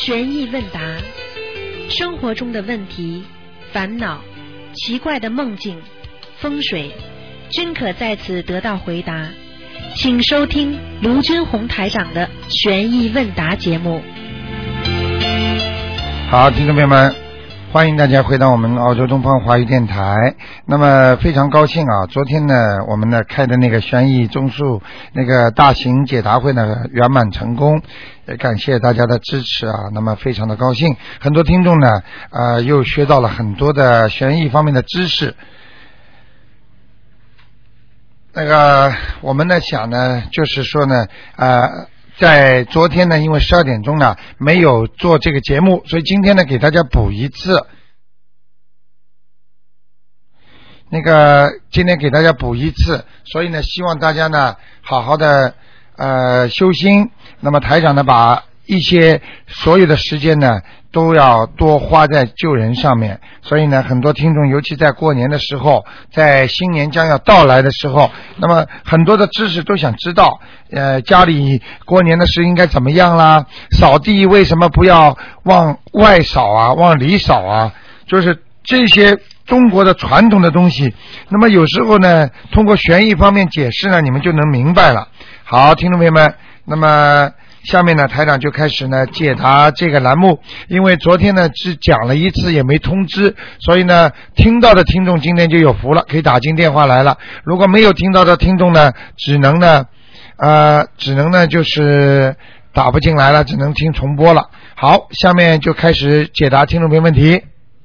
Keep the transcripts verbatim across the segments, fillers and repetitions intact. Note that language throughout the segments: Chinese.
悬疑问答，生活中的问题、烦恼、奇怪的梦境、风水，均可在此得到回答。请收听卢军红台长的悬疑问答节目。 好，听众朋友们，欢迎大家回到我们澳洲东方华语电台。那么非常高兴啊，昨天呢我们呢开的那个悬疑综述那个大型解答会呢圆满成功，也感谢大家的支持啊。那么非常的高兴，很多听众呢呃又学到了很多的悬疑方面的知识。那个我们呢想呢就是说呢呃在昨天呢因为十二点钟呢没有做这个节目，所以今天呢给大家补一次。那个今天给大家补一次，所以呢希望大家呢好好的呃修心。那么台长呢把一些所有的时间呢都要多花在救人上面，所以呢很多听众尤其在过年的时候，在新年将要到来的时候，那么很多的知识都想知道，呃家里过年的事应该怎么样啦，扫地为什么不要往外扫啊，往里扫啊，就是这些中国的传统的东西。那么有时候呢通过悬疑方面解释呢，你们就能明白了。好，听众朋友们，那么下面呢台长就开始呢解答这个栏目。因为昨天呢只讲了一次也没通知，所以呢听到的听众今天就有福了，可以打进电话来了。如果没有听到的听众呢只能呢呃只能呢就是打不进来了，只能听重播了。好，下面就开始解答听众朋友问题。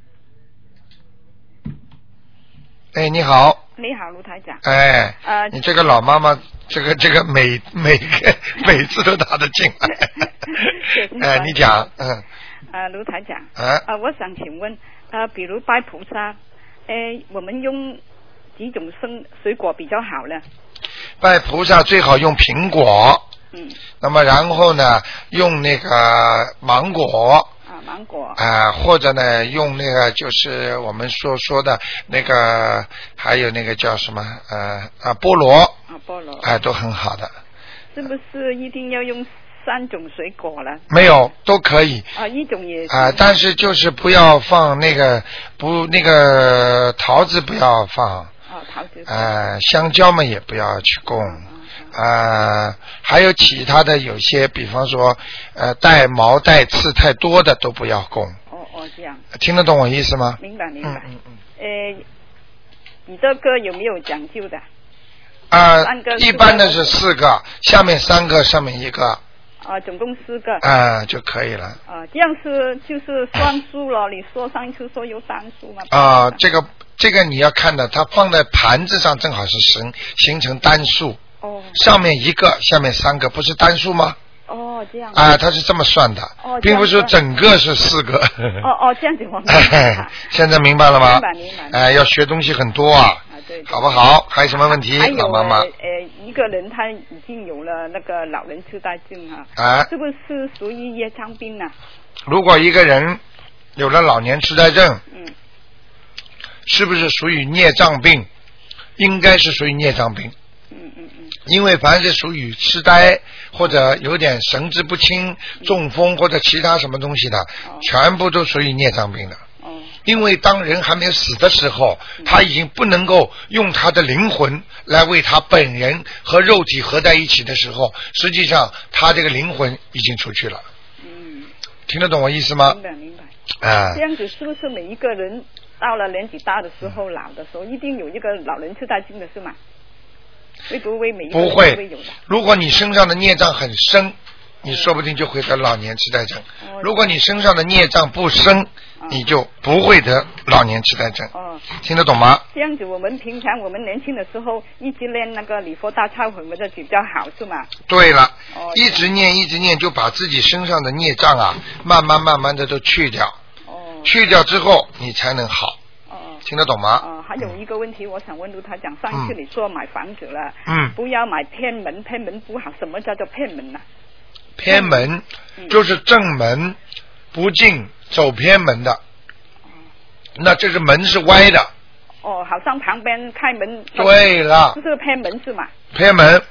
哎，你好。 你好，卢台长。 哎， 呃， 你这个老妈妈，这个这个每每个每次都打得进来。哎，你讲，嗯。 呃，卢台长。 啊。 呃，我想请问，呃，比如拜菩萨，呃，我们用几种生水果比较好呢？ 拜菩萨最好用苹果。 嗯。 那么然后呢，用那个芒果。 啊，芒果啊、 呃，或者呢用那个就是我们所说的那个，还有那个叫什么呃啊菠萝啊菠萝哎、呃、都很好的。 是不是一定要用三种水果了？ 没有，都可以啊，一种也啊、呃，但是就是不要放那个不那个桃子不要放啊、 哦、桃子呃香蕉嘛也不要去供。呃，还有其他的有些，比方说，呃，带毛带刺太多的都不要供。 哦哦，这样。 听得懂我意思吗？ 明白明白。 嗯嗯嗯。 呃，你这个有没有讲究的？ 啊、呃，一般的是四个，下面三个，上面一个。 啊，总共四个。 啊、呃，就可以了。 啊，这样是就是双数了。你说上一次说有单数吗？ 啊、呃，这个这个你要看的，它放在盘子上正好是形形成单数。 哦， 上面一个，下面三个，不是单数吗？ 哦，这样。 啊，它是这么算的， 哦、 并不是说整个是四个。 哦哦，这样子我明白。 现在明白了吗？ 明白明白。 哎、呃，要学东西很多啊。 啊，对, 对。 好不好？还有什么问题？ 还有老妈妈。 呃，一个人他已经有了那个老人痴呆症啊， 啊， 是不是属于业障病啊？ 如果一个人有了老年痴呆症， 嗯， 是不是属于孽障病？应该是属于孽障病。 嗯嗯嗯。 因为凡是属于痴呆或者有点神志不清、中风或者其他什么东西的， 哦、 全部都属于孽障病的。 哦。 因为当人还没有死的时候， 嗯、 他已经不能够用他的灵魂来为他本人和肉体合在一起的时候，实际上他这个灵魂已经出去了。 嗯。 听得懂我意思吗？ 明白明白。 啊。 这样子是不是每一个人到了年纪大的时候、嗯、老的时候，一定有一个老人痴呆症的是吗？会不会每一个人都会有的？ 如果你身上的孽障很深，你说不定就会得老年痴呆症。 哦、 如果你身上的孽障不深、哦、你就不会得老年痴呆症。 哦， 听得懂吗？ 这样子我们平常我们年轻的时候一直练那个礼佛大忏悔文的比较好是吗？ 对了、 哦、 一直念一直念，就把自己身上的孽障啊慢慢慢慢的都去掉。 哦， 去掉之后你才能好。听得懂吗？ 啊、呃，还有一个问题，我想问卢台长，上一次你说买房子了， 嗯， 不要买偏门，偏门不好。什么叫做偏门呢、啊？ 偏门、嗯、就是正门不进，走偏门的。哦、那这个门是歪的。 哦，好像旁边开门。 对了。 这是偏门是吗？ 偏门。 哦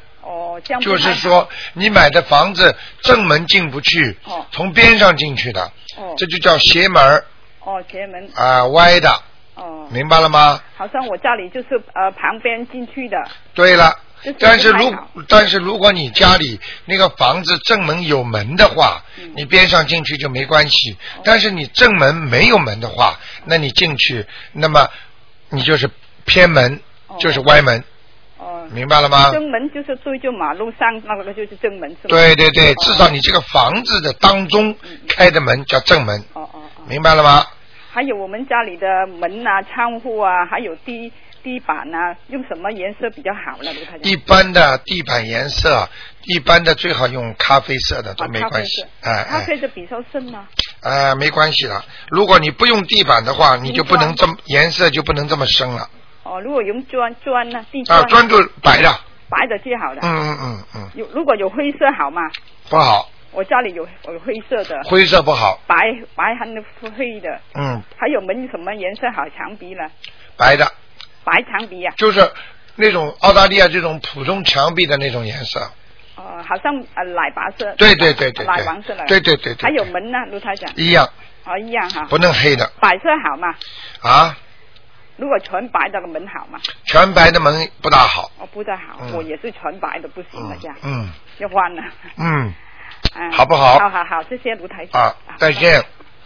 哦，这样就是说你买的房子正门进不去， 哦， 从边上进去的， 哦， 这就叫邪门。 哦，邪门。 啊，歪的。 哦。 明白了吗？ 好像我家里就是呃旁边进去的。 对了。 就是、 但是如但是如果你家里那个房子正门有门的话，嗯、你边上进去就没关系。哦、但是你正门没有门的话，那你进去，那么你就是偏门，哦、就是歪门。哦，明白了吗？ 正门就是对就马路上那个就是正门是吗？ 对对对，至少你这个房子的当中开的门叫正门。哦哦哦，明白了吗？ 还有我们家里的门啊、窗户啊，还有地。地板啊，用什么颜色比较好呢？卢台长？ 一般的地板颜色，一般的最好用咖啡色的，都没关系。哎， 咖啡的比较深吗？ 哎，没关系了。如果你不用地板的话，你就不能这么颜色就不能这么深了。 哦，如果用砖砖呢？地砖。 啊，砖就白的。 白的最好的。 嗯嗯嗯嗯。 有如果有灰色好吗？ 不好。 我家里有有灰色的。 灰色不好。 白白和灰的。 嗯。 还有门什么颜色好？墙壁呢？ 白的。 白墙壁啊， 就是那种澳大利亚这种普通墙壁的那种颜色。 哦、呃，好像呃奶白色。 对对对对。 奶黄色的。 对对对对。 还有门呢，卢台长。 一样。 哦，一样哈。 不能黑的。 白色好吗？ 啊？ 如果全白的门好吗？ 全白的门不大好。 哦，不大好，嗯、我也是全白的，不行了，这样。 嗯。 要换了。 嗯。 嗯。 好不好？ 好好好，谢谢卢台长。 啊，再见。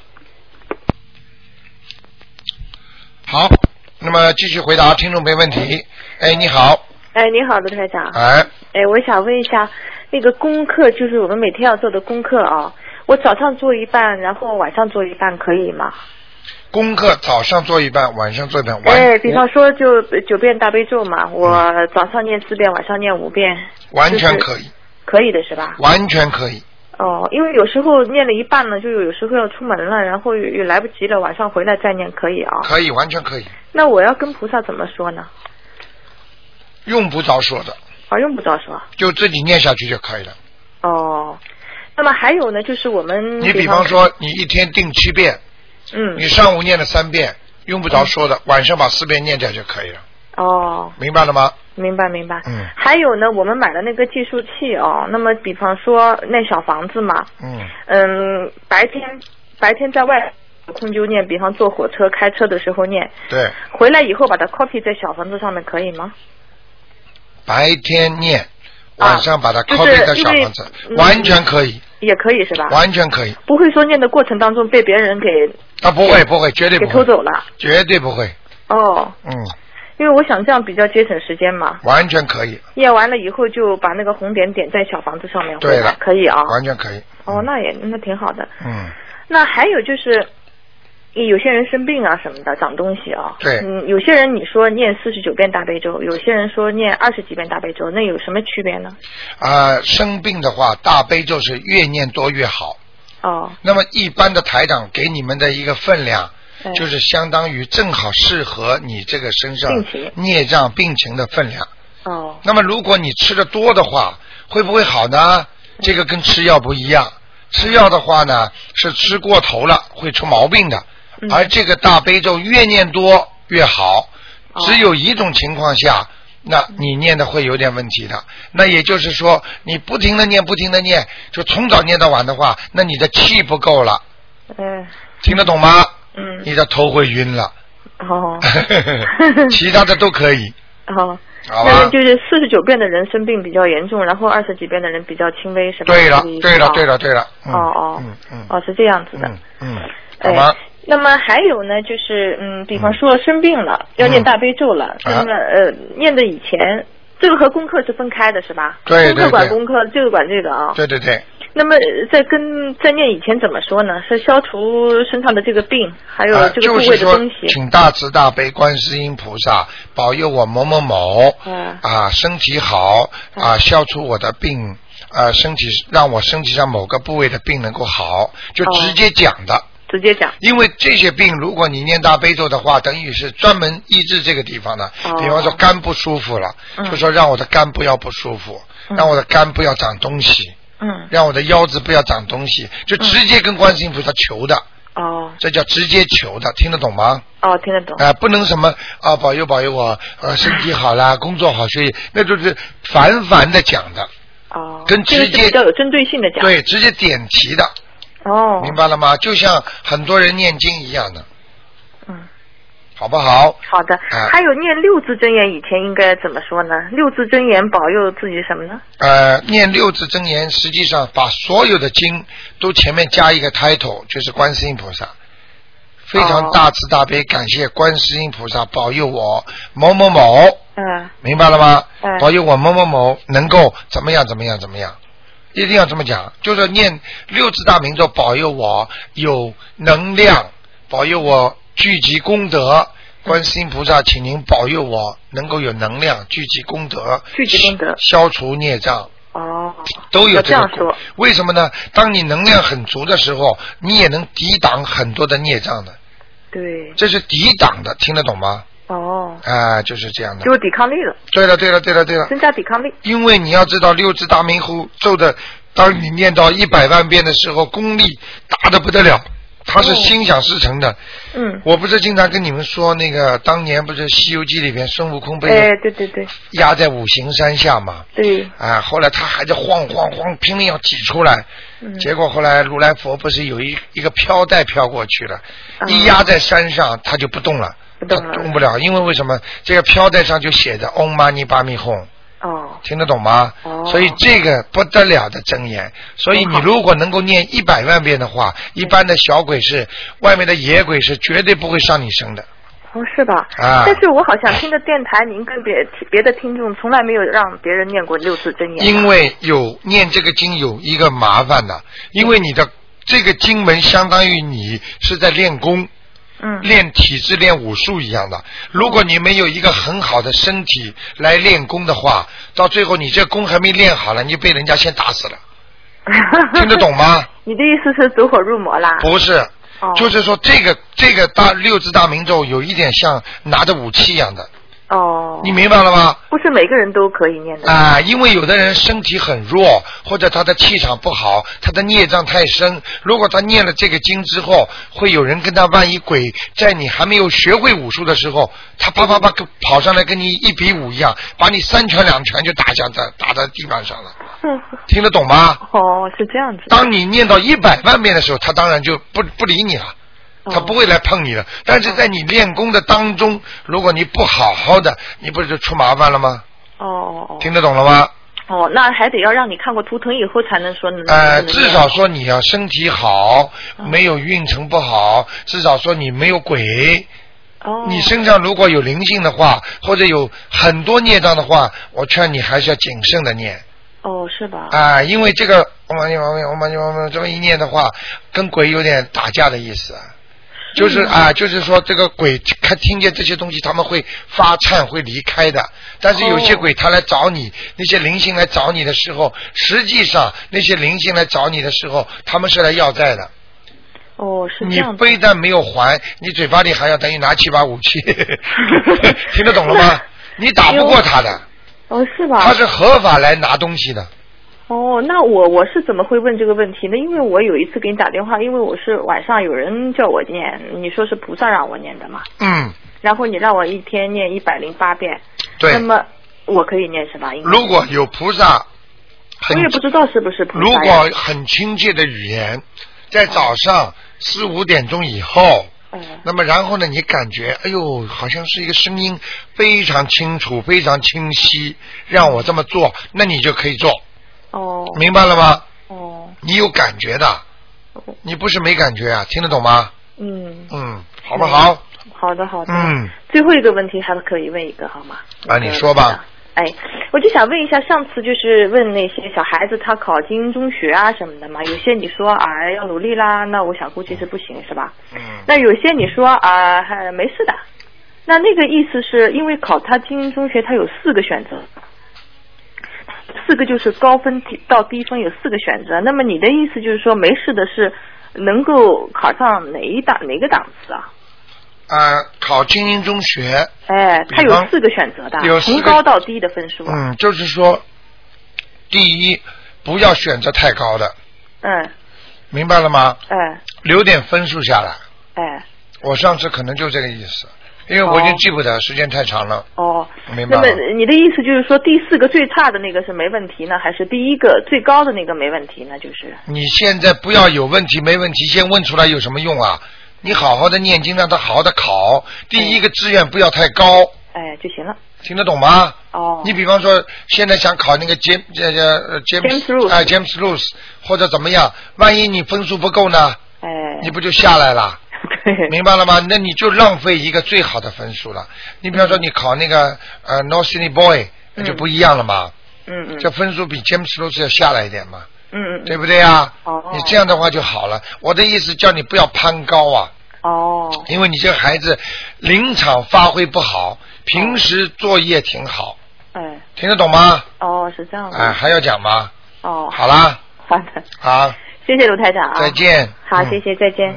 好。那么继续回答听众没问题。哎，你好。 哎，你好，卢台长。 哎。 哎，我想问一下，那个功课就是我们每天要做的功课啊，我早上做一半，然后晚上做一半，可以吗？ 功课早上做一半，晚上做一半。 哎，比方说就九遍大悲咒嘛，我早上念四遍，晚上念五遍。 完全可以。 就是、可以的是吧？ 完全可以。 哦，因为有时候念了一半呢，就有时候要出门了，然后也来不及了，晚上回来再念，可以啊？ 可以，完全可以。 那我要跟菩萨怎么说呢？ 用不着说的。 啊，用不着说。 就自己念下去就可以了。 哦，那么还有呢，就是我们你比方说，你一天定七遍， 嗯， 你上午念了三遍，用不着说的，嗯、晚上把四遍念掉就可以了。 哦， 明白了吗？ 明白明白。 嗯。 还有呢，我们买了那个计数器哦，那么比方说那小房子嘛， 嗯嗯，白天白天在外有空就念，比方坐火车开车的时候念， 对， 回来以后把它 copy 在小房子上面可以吗？ 白天念，晚上把它 copy 在小房子， 就是、 完全可以。 也可以是吧？ 完全可以。 不会说念的过程当中被别人给啊，不会不会，绝对不会给偷走了， 绝对不会。 哦， 嗯。 因为我想这样比较节省时间嘛。 完全可以。 念完了以后就把那个红点点在小房子上面。 对了， 可以啊。 完全可以。 哦，那也那挺好的。 嗯。 那还有就是，有些人生病啊什么的，长东西啊。 对。 嗯，有些人你说念四十九遍大悲咒，有些人说念二十几遍大悲咒，那有什么区别呢？ 啊、呃，生病的话，大悲咒是越念多越好。 哦。 那么一般的台长给你们的一个分量。就是相当于正好适合你这个身上孽障病情的分量。 哦。 那么如果你吃的多的话，会不会好呢？这个跟吃药不一样。吃药的话呢，是吃过头了会出毛病的。 嗯、 而这个大悲咒越念多越好。只有一种情况下，那你念的会有点问题的。那也就是说，你不停的念，不停的念，就从早念到晚的话，那你的气不够了。 嗯。 听得懂吗？ 嗯， 你的头会晕了。 哦。 其他的都可以。 哦。 好吧。 那就是四十九遍的人生病比较严重，然后二十几遍的人比较轻微，是吧？ 对了，对了，对了，对了。 哦哦。 嗯嗯。 哦，是这样子的。 嗯嗯。好吧。 哎，那么还有呢，就是嗯，比方说生病了，嗯、要念大悲咒了，那么、嗯、呃，念的以前，这个和功课是分开的，是吧？ 对对对。 功课管功课，这个管这个啊。 对对对。 那么在跟在念以前怎么说呢？是消除身上的这个病，还有这个部位的东西。 呃就是、请大慈大悲观世音菩萨保佑我某某某、 嗯、 啊身体好啊，消除我的病啊，身体让我身体上某个部位的病能够好，就直接讲的。 哦、直接讲。 因为这些病，如果你念大悲咒的话，等于是专门医治这个地方的。 哦、 比方说肝不舒服了， 嗯、 就说让我的肝不要不舒服，嗯、让我的肝不要长东西。 嗯， 让我的腰子不要长东西，就直接跟观世音菩萨求的。 哦， 这叫直接求的，听得懂吗？ 哦，听得懂。 啊、呃，不能什么啊，保佑保佑我，呃，身体好啦，工作好，所以那就是凡凡的讲的。 哦。 跟直接比较有针对性的讲。 对，直接点题的。 哦。 明白了吗？就像很多人念经一样的。 嗯。 好不好？ 好的。 啊、 还有念六字真言以前应该怎么说呢？六字真言保佑自己什么呢？ 呃，念六字真言，实际上把所有的经都前面加一个 title， 就是观世音菩萨。非常大慈大悲，感谢观世音菩萨保佑我某某某。 嗯。 明白了吗？ 嗯。 保佑我某某某能够怎么样怎么样怎么样，一定要这么讲，就是念六字大明咒，保佑我有能量，保佑我聚集功德。观世音菩萨，请您保佑我能够有能量，聚集功德， 聚集功德， 消除孽障。 哦， 都有这个。 这样说。 为什么呢？当你能量很足的时候，你也能抵挡很多的孽障的。 对。 这是抵挡的，听得懂吗？ 哦。 啊、呃，就是这样的。 就是抵抗力了。 对了，对了，对了，对了。 增加抵抗力。 因为你要知道，六字大明咒的，当你念到一百万遍的时候，功力大得不得了。它是心想事成的。 嗯。 我不是经常跟你们说，那个当年不是《西游记》里边孙悟空被哎，对对对， 压在五行山下嘛。 对。 啊，后来他还在晃晃晃，拼命要挤出来。嗯。结果后来如来佛不是有一一个飘带飘过去了，嗯、一压在山上，他就不动了， 不动了， 动不了，因为为什么？这个飘带上就写着 Om Mani Padme Hum。 哦， 听得懂吗？ 哦， 所以这个不得了的真言，所以你如果能够念一百万遍的话，一般的小鬼是外面的野鬼是绝对不会上你身的。 哦，是吧？ 啊！ 但是我好像听的电台，您跟别别的听众从来没有让别人念过六字真言。 因为有念这个经有一个麻烦的，因为你的这个经文相当于你是在练功。 嗯， 练体质练武术一样的，如果你没有一个很好的身体来练功的话，到最后你这功还没练好了，你就被人家先打死了。听得懂吗？ 你的意思是走火入魔啦？ 不是，哦、就是说这个这个大六字大明咒有一点像拿着武器一样的。 哦， 你明白了吗？ 不是每个人都可以念的啊，因为有的人身体很弱，或者他的气场不好，他的孽障太深。如果他念了这个经之后，会有人跟他，万一鬼在你还没有学会武术的时候，他啪啪啪跑上来跟你一比武一样，把你三拳两拳就打下在打在地板上了。 嗯， 听得懂吗？ 哦，是这样子。 当你念到一百万遍的时候，他当然就不不理你了。他不会来碰你的，但是在你练功的当中，如果你不好好的，你不是就出麻烦了吗？ 哦哦哦， 听得懂了吗？ 哦，那还得要让你看过图腾以后才能说能。 呃，至少说你要身体好，嗯、没有运程不好，至少说你没有鬼。 哦。你身上如果有灵性的话，或者有很多孽障的话，我劝你还是要谨慎的念。 哦，是吧？ 啊、呃，因为这个我们我们我们我们这么一念的话，跟鬼有点打架的意思啊。就是啊，就是说这个鬼看听见这些东西，他们会发颤，会离开的。但是有些鬼他来找你，那些灵性来找你的时候，实际上那些灵性来找你的时候，他们是来要债的。 哦，是这样的。 你非但没有还，你嘴巴里还要等于拿起把武器，听得懂了吗？你打不过他的。 哦，是吧？ 他是合法来拿东西的。 哦，那我我是怎么会问这个问题呢？因为我有一次给你打电话，因为我是晚上有人叫我念，你说是菩萨让我念的嘛。 嗯。 然后你让我一天念一百零八遍。 对。 那么我可以念是吧？ 如果有菩萨， 我也不知道是不是菩萨。 如果很亲切的语言，在早上四五点钟以后。 嗯。 那么然后呢？你感觉哎呦，好像是一个声音非常清楚、非常清晰，让我这么做，那你就可以做。 哦， 明白了吗？ 哦， 你有感觉的，你不是没感觉啊，听得懂吗？ 嗯嗯，好不好？ 好的好的。 嗯， 最后一个问题还可以问一个好吗？ 啊，你说吧。 哎，我就想问一下，上次就是问那些小孩子他考精英中学啊什么的嘛，有些你说啊要努力啦，那我想估计是不行是吧？ 嗯。 那有些你说啊还没事的，那那个意思是因为考他精英中学，他有四个选择。四个就是高分到低分有四个选择，那么你的意思就是说没事的是能够考上哪一档哪个档次啊？ 呃，考精英中学。 哎，它有四个选择的， 有从高到低的分数、啊。 嗯，就是说，第一不要选择太高的。 嗯。 明白了吗？ 哎。 留点分数下来。 哎。 我上次可能就这个意思，因为我已经记不得，哦、时间太长了。 哦。 明白了。 那么你的意思就是说，第四个最差的那个是没问题呢，还是第一个最高的那个没问题呢？就是。你现在不要有问题没问题，先问出来有什么用啊？你好好的念经，让他好好的考，第一个志愿不要太高。 哎，就行了。 听得懂吗？ 哦。 你比方说，现在想考那个 James 这个 James 哎 James Lewis 或者怎么样，万一你分数不够呢？ 哎。 你不就下来了？ 对。 明白了吗？那你就浪费一个最好的分数了。你比方说，你考那个呃 North Sydney Boy，那就不一样了嘛。 嗯嗯。 这分数比 James Lewis 要下来一点嘛。 嗯嗯。 对不对呀？ 哦。 你这样的话就好了。我的意思叫你不要攀高啊。 哦。 因为你这个孩子临场发挥不好，平时作业挺好。 哎。 听得懂吗？ 哦，是这样的。 哎，还要讲吗？ 哦。 好啦。 好的。 好。 谢谢卢台长啊。 再见。 好，谢谢，再见。 嗯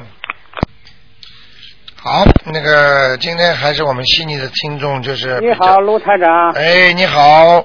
好，那个今天还是我们悉尼的听众，就是你好，卢台长。 哎，你好。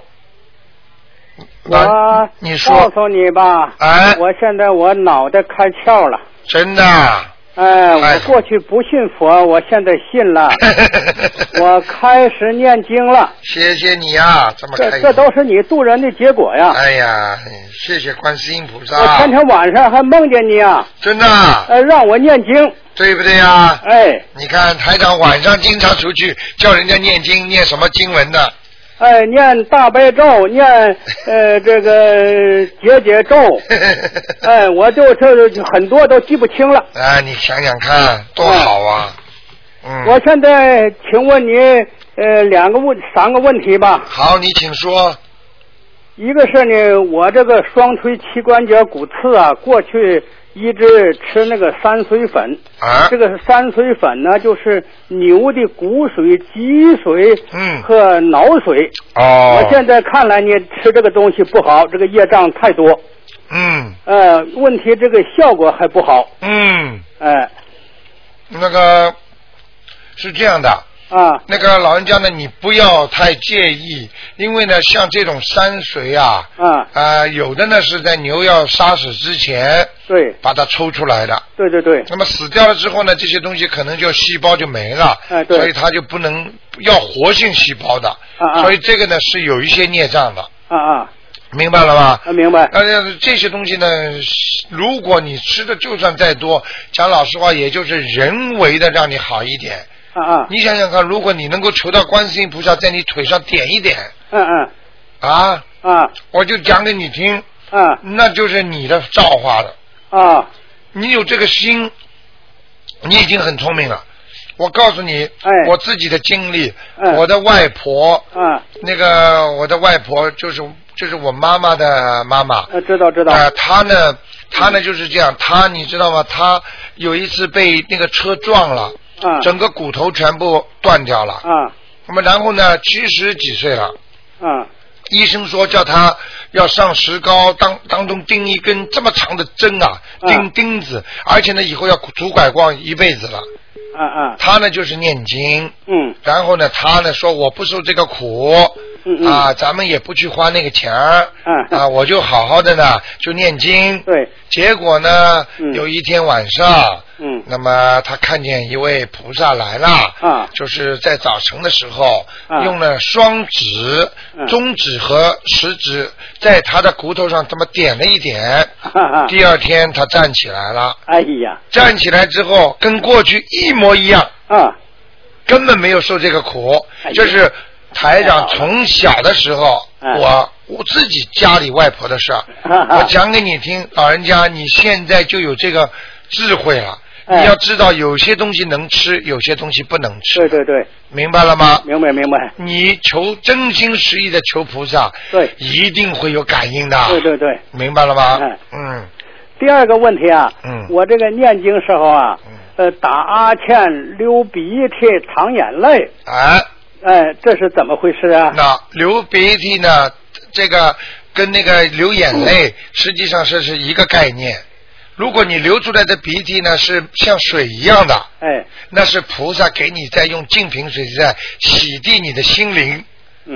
我你说， 告诉你吧， 哎， 我现在我脑袋开窍了。 真的。 哎，我过去不信佛，我现在信了，我开始念经了。 谢谢你啊，这么开心。 这这都是你渡人的结果呀。 哎呀，谢谢观世音菩萨。 我前天晚上还梦见你啊。 真的。 呃，让我念经。 对不对呀？ 哎。 你看台长晚上经常出去叫人家念经，念什么经文的？ 哎，念大悲咒，念呃这个解解咒，哎，我就这很多都记不清了。 哎，你想想看，多好啊！嗯。 我现在请问你呃两个问三个问题吧。 好，你请说。 一个是呢，我这个双腿膝关节骨刺啊，过去一直吃那个三水粉。 啊。 这个三水粉呢，就是牛的骨髓、脊髓嗯和脑髓。 哦。 我现在看来，你吃这个东西不好，这个业障太多。 嗯。 呃，问题这个效果还不好。 嗯。 哎。 那个是这样的。 啊， 那个老人家呢，你不要太介意，因为呢，像这种山髓啊， 啊， 呃，有的呢是在牛要杀死之前， 对， 把它抽出来的， 对对对。 那么死掉了之后呢，这些东西可能就细胞就没了， 哎，对， 所以它就不能要活性细胞的， 啊啊， 所以这个呢是有一些孽障的， 啊啊， 明白了吗？ 啊，明白。 呃，这些东西呢，如果你吃的就算再多，讲老实话，也就是人为的让你好一点。 啊啊！ 你想想看，如果你能够求到观世音菩萨在你腿上点一点， 嗯嗯， 啊啊， 我就讲给你听， 啊， 那就是你的造化的， 啊， 你有这个心，你已经很聪明了。我告诉你， 哎， 我自己的经历， 嗯， 我的外婆， 嗯， 那个我的外婆就是就是我妈妈的妈妈， 呃，知道知道， 啊、呃，她呢，她呢就是这样，她你知道吗？她有一次被那个车撞了。 啊， 整个骨头全部断掉了。 啊， 那么然后呢，七十几岁了。 啊， 医生说叫他要上石膏，当当中钉一根这么长的针啊，钉钉子，而且呢以后要拄拐杖一辈子了。 啊啊。 他呢就是念经。 嗯。 然后呢，他呢说我不受这个苦。 嗯嗯。 啊，咱们也不去花那个钱儿。 嗯。 啊，我就好好的呢，就念经。 对。 结果呢， 嗯、 有一天晚上。 嗯， 那么他看见一位菩萨来了， 啊， 就是在早晨的时候， 啊、 用了双指、 啊、 中指和食指在他的骨头上这么点了一点， 啊、 第二天他站起来了， 哎呀， 站起来之后跟过去一模一样， 啊， 根本没有受这个苦， 哎、 就是台长从小的时候， 哎、 我我自己家里外婆的事儿， 啊、 我讲给你听，老人家你现在就有这个智慧了。 哎、 你要知道，有些东西能吃，有些东西不能吃。 对对对， 明白了吗？ 明白明白。 你求真心实意的求菩萨， 对， 一定会有感应的。 对对对， 明白了吗？ 哎、 嗯。 第二个问题啊， 嗯， 我这个念经时候啊， 嗯、 呃，打哈欠、流鼻涕、淌眼泪， 哎， 哎，这是怎么回事啊？ 那流鼻涕呢？这个跟那个流眼泪，嗯、实际上是是一个概念。如果你流出来的鼻涕呢是像水一样的， 哎， 那是菩萨给你在用净瓶水在洗涤你的心灵。 嗯，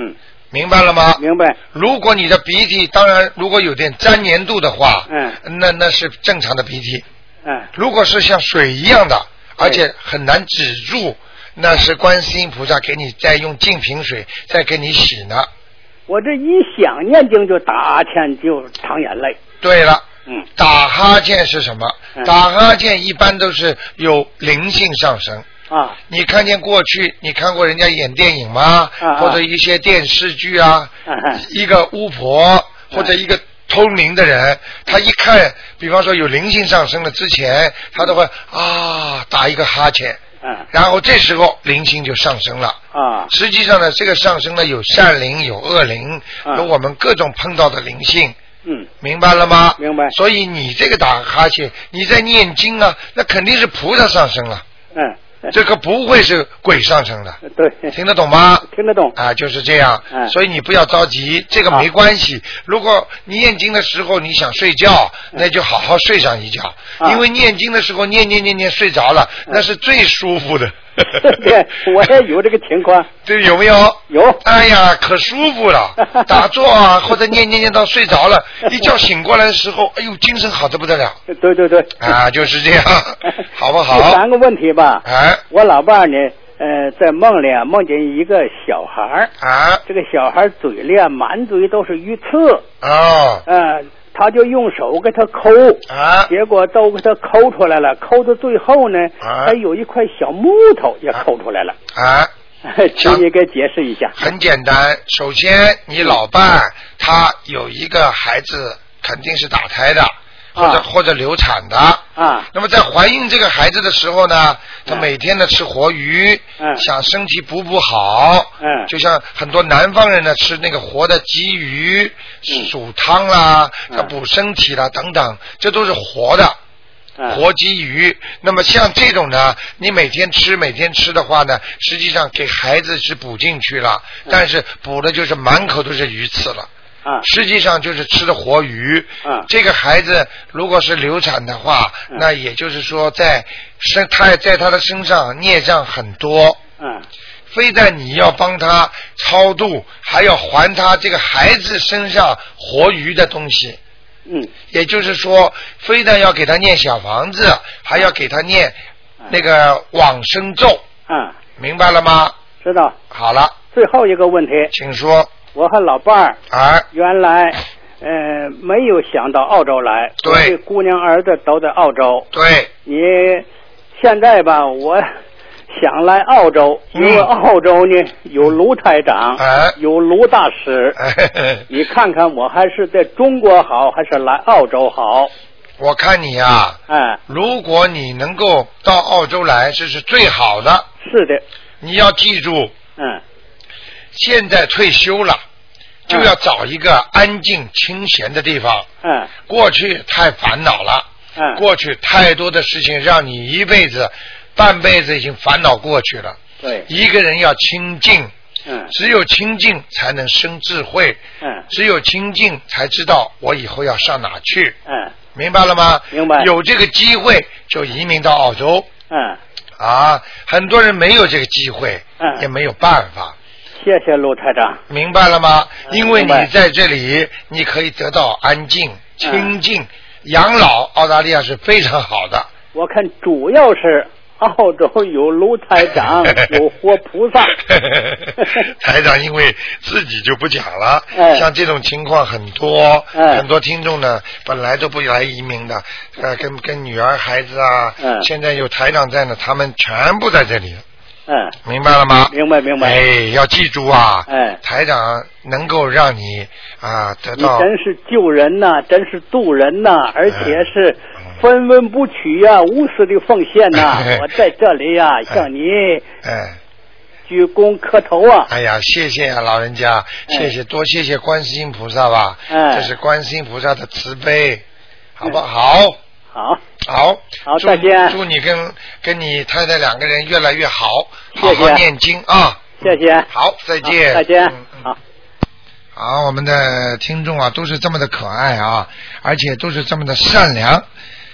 明白了吗？ 明白。 如果你的鼻涕，当然如果有点粘黏度的话， 嗯， 那那是正常的鼻涕。 嗯， 如果是像水一样的，而且很难止住，那是观世音菩萨给你再用净瓶水再给你洗呢。 我这一想念经就打欠就淌眼泪。 对了。 嗯， 打哈欠是什么？ 嗯、 打哈欠一般都是有灵性上升。 啊， 你看见过去你看过人家演电影吗？ 啊、 或者一些电视剧啊， 啊一个巫婆或者一个通灵的人，啊、他一看，比方说有灵性上升了之前，他都会啊打一个哈欠。 嗯， 然后这时候灵性就上升了啊。 实际上呢，这个上升呢有善灵有恶灵， 啊、 有我们各种碰到的灵性。 嗯， 明白了吗？ 明白。 所以你这个打哈欠，你在念经啊，那肯定是菩萨上升了。 嗯。 这个不会是鬼上升的。 对。 听得懂吗？ 听得懂。 啊，就是这样。 嗯。 所以你不要着急，这个没关系。啊、如果你念经的时候你想睡觉，那就好好睡上一觉。啊、因为念经的时候念念念念睡着了，嗯、那是最舒服的。 对，我也有这个情况。 对，有没有？ 有。 哎呀，可舒服了！打坐啊，或者念念念到睡着了，一觉醒过来的时候，哎呦，精神好得不得了。 对对对。 啊，就是这样，好不好？ 第三个问题吧。 哎。 我老伴儿呢，呃，在梦里啊，梦见一个小孩儿。 啊。 这个小孩嘴里啊，满嘴都是鱼刺。 哦。 嗯。他就用手给他抠， 啊， 结果都给他抠出来了。抠到最后呢， 啊， 还有一块小木头也抠出来了。 啊， 请你给解释一下。 很简单，首先你老伴他有一个孩子，肯定是打胎的，或者、啊、或者流产的。 啊。 那么在怀孕这个孩子的时候呢，他每天呢吃活鱼， 嗯， 想身体补补好， 嗯， 就像很多南方人呢吃那个活的鲫鱼，煮汤啦，要补身体啦等等，这都是活的。活鲫鱼，那么像这种呢，你每天吃每天吃的话呢，实际上给孩子是补进去了，但是补的就是满口都是鱼刺了。 啊， 实际上就是吃的活鱼。 啊， 这个孩子如果是流产的话， 嗯、 那也就是说在身他在他的身上孽障很多。 嗯， 非但你要帮他超度，还要还他这个孩子身上活鱼的东西。 嗯， 也就是说，非但要给他念小房子，还要给他念那个往生咒。 嗯， 明白了吗？ 知道。 好了。 最后一个问题， 请说。 我和老伴儿啊， 原来呃没有想到澳洲来， 对， 姑娘儿子都在澳洲。 对。 你现在吧，我想来澳洲，因为澳洲呢有卢台长， 哎、 有卢大师， 哎、 你看看我还是在中国好，还是来澳洲好？ 我看你啊， 哎， 如果你能够到澳洲来，这是最好的。 是的。 你要记住， 嗯， 现在退休了，就要找一个安静清闲的地方。 嗯， 过去太烦恼了。 嗯， 过去太多的事情让你一辈子。半辈子已经烦恼过去了。 对， 一个人要清净， 嗯， 只有清净才能生智慧， 嗯， 只有清净才知道我以后要上哪去， 嗯， 明白了吗？ 明白。 有这个机会就移民到澳洲， 嗯， 啊，很多人没有这个机会， 嗯， 也没有办法。 谢谢陆台长。 明白了吗？ 嗯、 因为你在这里，你可以得到安静、清净、 嗯、 养老。澳大利亚是非常好的。 我看主要是。澳洲有卢台长，有活菩萨。 台长因为自己就不讲了， 哎、 像这种情况很多， 哎、 很多听众呢本来都不来移民的，呃，跟跟女儿孩子啊， 哎、 现在有台长在呢，他们全部在这里。 嗯， 明白了吗？ 明白明白。 哎，要记住啊！ 哎， 台长能够让你啊得到。 你真是救人呐、啊，真是渡人呐、啊，而且是分文不取呀、啊，无私的奉献呐、啊。我在这里呀、啊，向你哎鞠躬磕头啊！ 哎呀，谢谢啊，老人家，谢谢，多谢谢观世音菩萨吧。 哎， 这是观世音菩萨的慈悲，好不好？ 好， 好， 好，再见。 祝你跟跟你太太两个人越来越好， 谢谢好好念经啊！ 谢谢。 好，再见。 再见。 嗯、 好。 好，我们的听众啊，都是这么的可爱啊，而且都是这么的善良。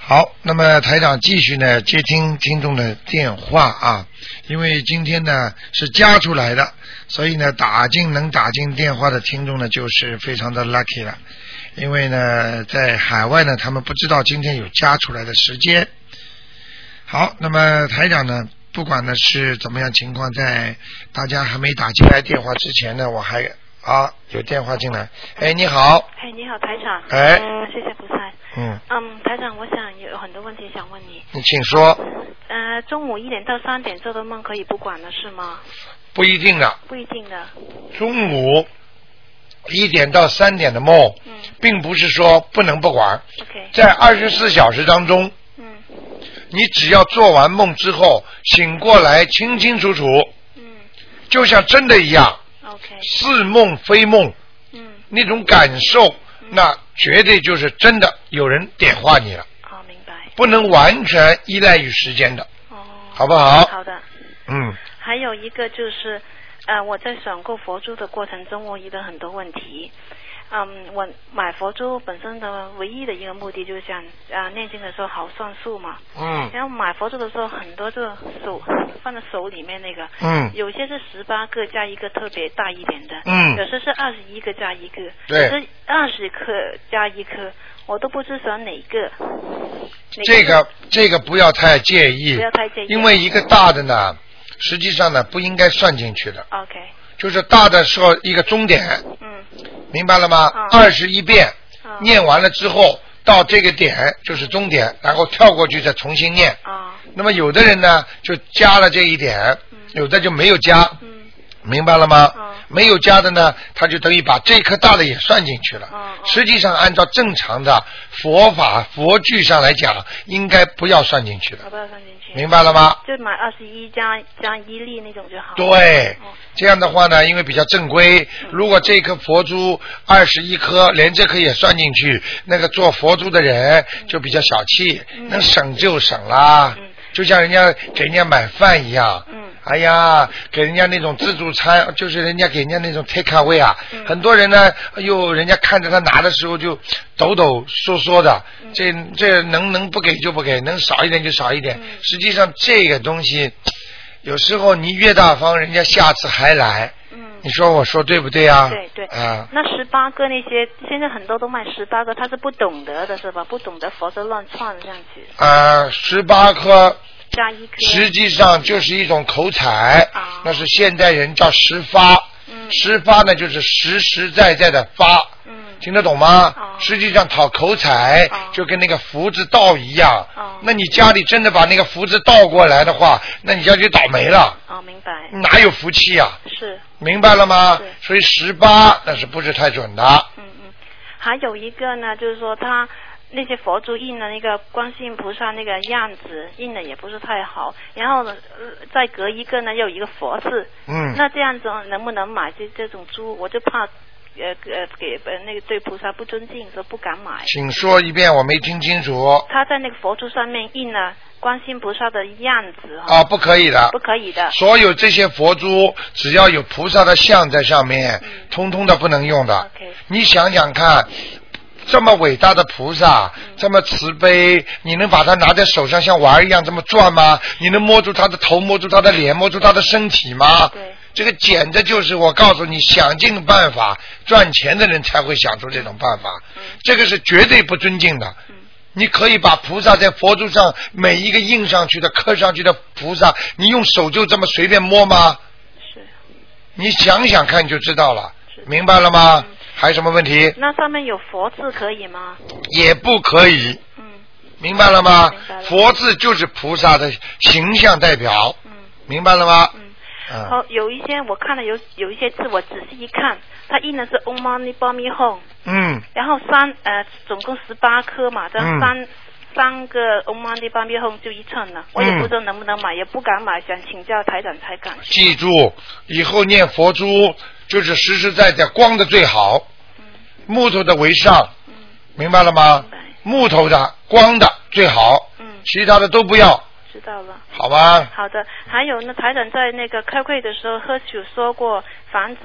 好，那么台长继续呢接听听众的电话啊，因为今天呢是加出来的，所以呢打进能打进电话的听众呢就是非常的 lucky 了，因为呢在海外呢他们不知道今天有加出来的时间。好，那么台长呢不管呢是怎么样情况，在大家还没打进来电话之前呢，我还啊有电话进来。哎，你好。 哎，你好，台长。 哎。 嗯，谢谢菩萨。 嗯。 嗯，台长，我想有很多问题想问你。 你请说。 呃，中午一点到三点做的梦可以不管了是吗？ 不一定的。 不一定的。 中午一点到三点的梦，嗯，并不是说不能不管。 OK。 在二十四小时当中，嗯，你只要做完梦之后醒过来，清清楚楚，嗯，就像真的一样。 OK。 似梦非梦，嗯，那种感受，嗯，那绝对就是真的有人点化你了。 哦，明白。 不能完全依赖于时间的。哦。好不好？ 好的。 嗯。 还有一个就是，呃，我在选购佛珠的过程中，我遇到很多问题。嗯，我买佛珠本身的唯一的一个目的就是想啊、呃、念经的时候好算数嘛。嗯。然后买佛珠的时候，很多这个手放在手里面那个，嗯，有些是十八个加一个特别大一点的，嗯，有些是二十一个加一个， 对， 有些二十颗加一颗，我都不知道哪个。 这个这个不要太介意， 不要太介意， 因为一个大的呢，实际上呢不应该算进去的。 OK。 就是大的时候一个终点，嗯，明白了吗？二十一遍，嗯，念完了之后到这个点就是终点，然后跳过去再重新念。啊，那么有的人呢就加了这一点，嗯，有的就没有加，嗯，明白了吗？嗯，没有加的呢，他就等于把这颗大的也算进去了。嗯，实际上按照正常的佛法佛句上来讲，应该不要算进去的。 不要算进去。 明白了吗？ 就买二十一加加一粒那种就好。 对，哦，这样的话呢，因为比较正规。如果这颗佛珠二十一颗，连这颗也算进去，那个做佛珠的人就比较小气，嗯，能省就省啦。嗯，就像人家给人家买饭一样。嗯。哎呀，给人家那种自助餐，就是人家给人家那种 take away 啊，嗯，很多人呢，哎呦，人家看着他拿的时候就抖抖嗦嗦的，嗯，这这能能不给就不给，能少一点就少一点。嗯，实际上这个东西，有时候你越大方，人家下次还来。嗯，你说我说对不对啊？ 对对。 啊， 那十八个那些，现在很多都卖十八个，他是不懂得的是吧？不懂得佛就乱窜这样子。 啊，十八颗。 加一颗， 实际上就是一种口彩，啊，那是现代人叫实发，嗯，实发呢就是实实在在的发，嗯，听得懂吗？啊，实际上讨口彩，啊，就跟那个福字倒一样，啊，那你家里真的把那个福字倒过来的话，那你家就倒霉了。 哦，明白。 哪有福气啊？ 是。明白了吗？所以十八那是不是太准的？ 嗯嗯，还有一个呢，就是说他。那些佛珠印的那个观世音菩萨那个样子印的也不是太好，然后呢，呃、再隔一个呢又有一个佛字，嗯，那这样子能不能买这这种珠？我就怕，呃呃给呃那个对菩萨不尊敬，所以不敢买。 请说一遍，我没听清楚。 他在那个佛珠上面印了观世音菩萨的样子啊，不可以的， 不可以的。 所有这些佛珠只要有菩萨的像在上面，嗯，通通的不能用的。 Okay. 你想想看。这么伟大的菩萨，嗯，这么慈悲，你能把它拿在手上像玩一样这么转吗？你能摸住他的头，摸住他的脸，摸住他的身体吗？ 对， 这个简直就是我告诉你，想尽办法赚钱的人才会想出这种办法，嗯，这个是绝对不尊敬的。嗯，你可以把菩萨在佛珠上每一个印上去的刻上去的菩萨，你用手就这么随便摸吗？ 是， 你想想看就知道了，明白了吗？嗯，还有什么问题？ 那上面有佛字可以吗？ 也不可以。嗯，明白了吗？ 明白了。 佛字就是菩萨的形象代表。嗯，明白了吗？ 嗯。嗯，好，有一些我看了有有一些字，我仔细一看，它印的是 Om Mani Padme Hum。嗯。然后三呃，总共十八颗嘛，这样三、嗯、三个 Om Mani Padme Hum就一称了，我也不知道能不能买，嗯、也不敢买，想请教台长才敢。 记住，以后念佛珠就是实实在在光的最好。木头的为上，嗯，明白了吗？ 明白。 木头的光的最好，嗯，其他的都不要。 知道了。 好吧。 好的，还有呢，台长在那个开会的时候喝酒说过，房子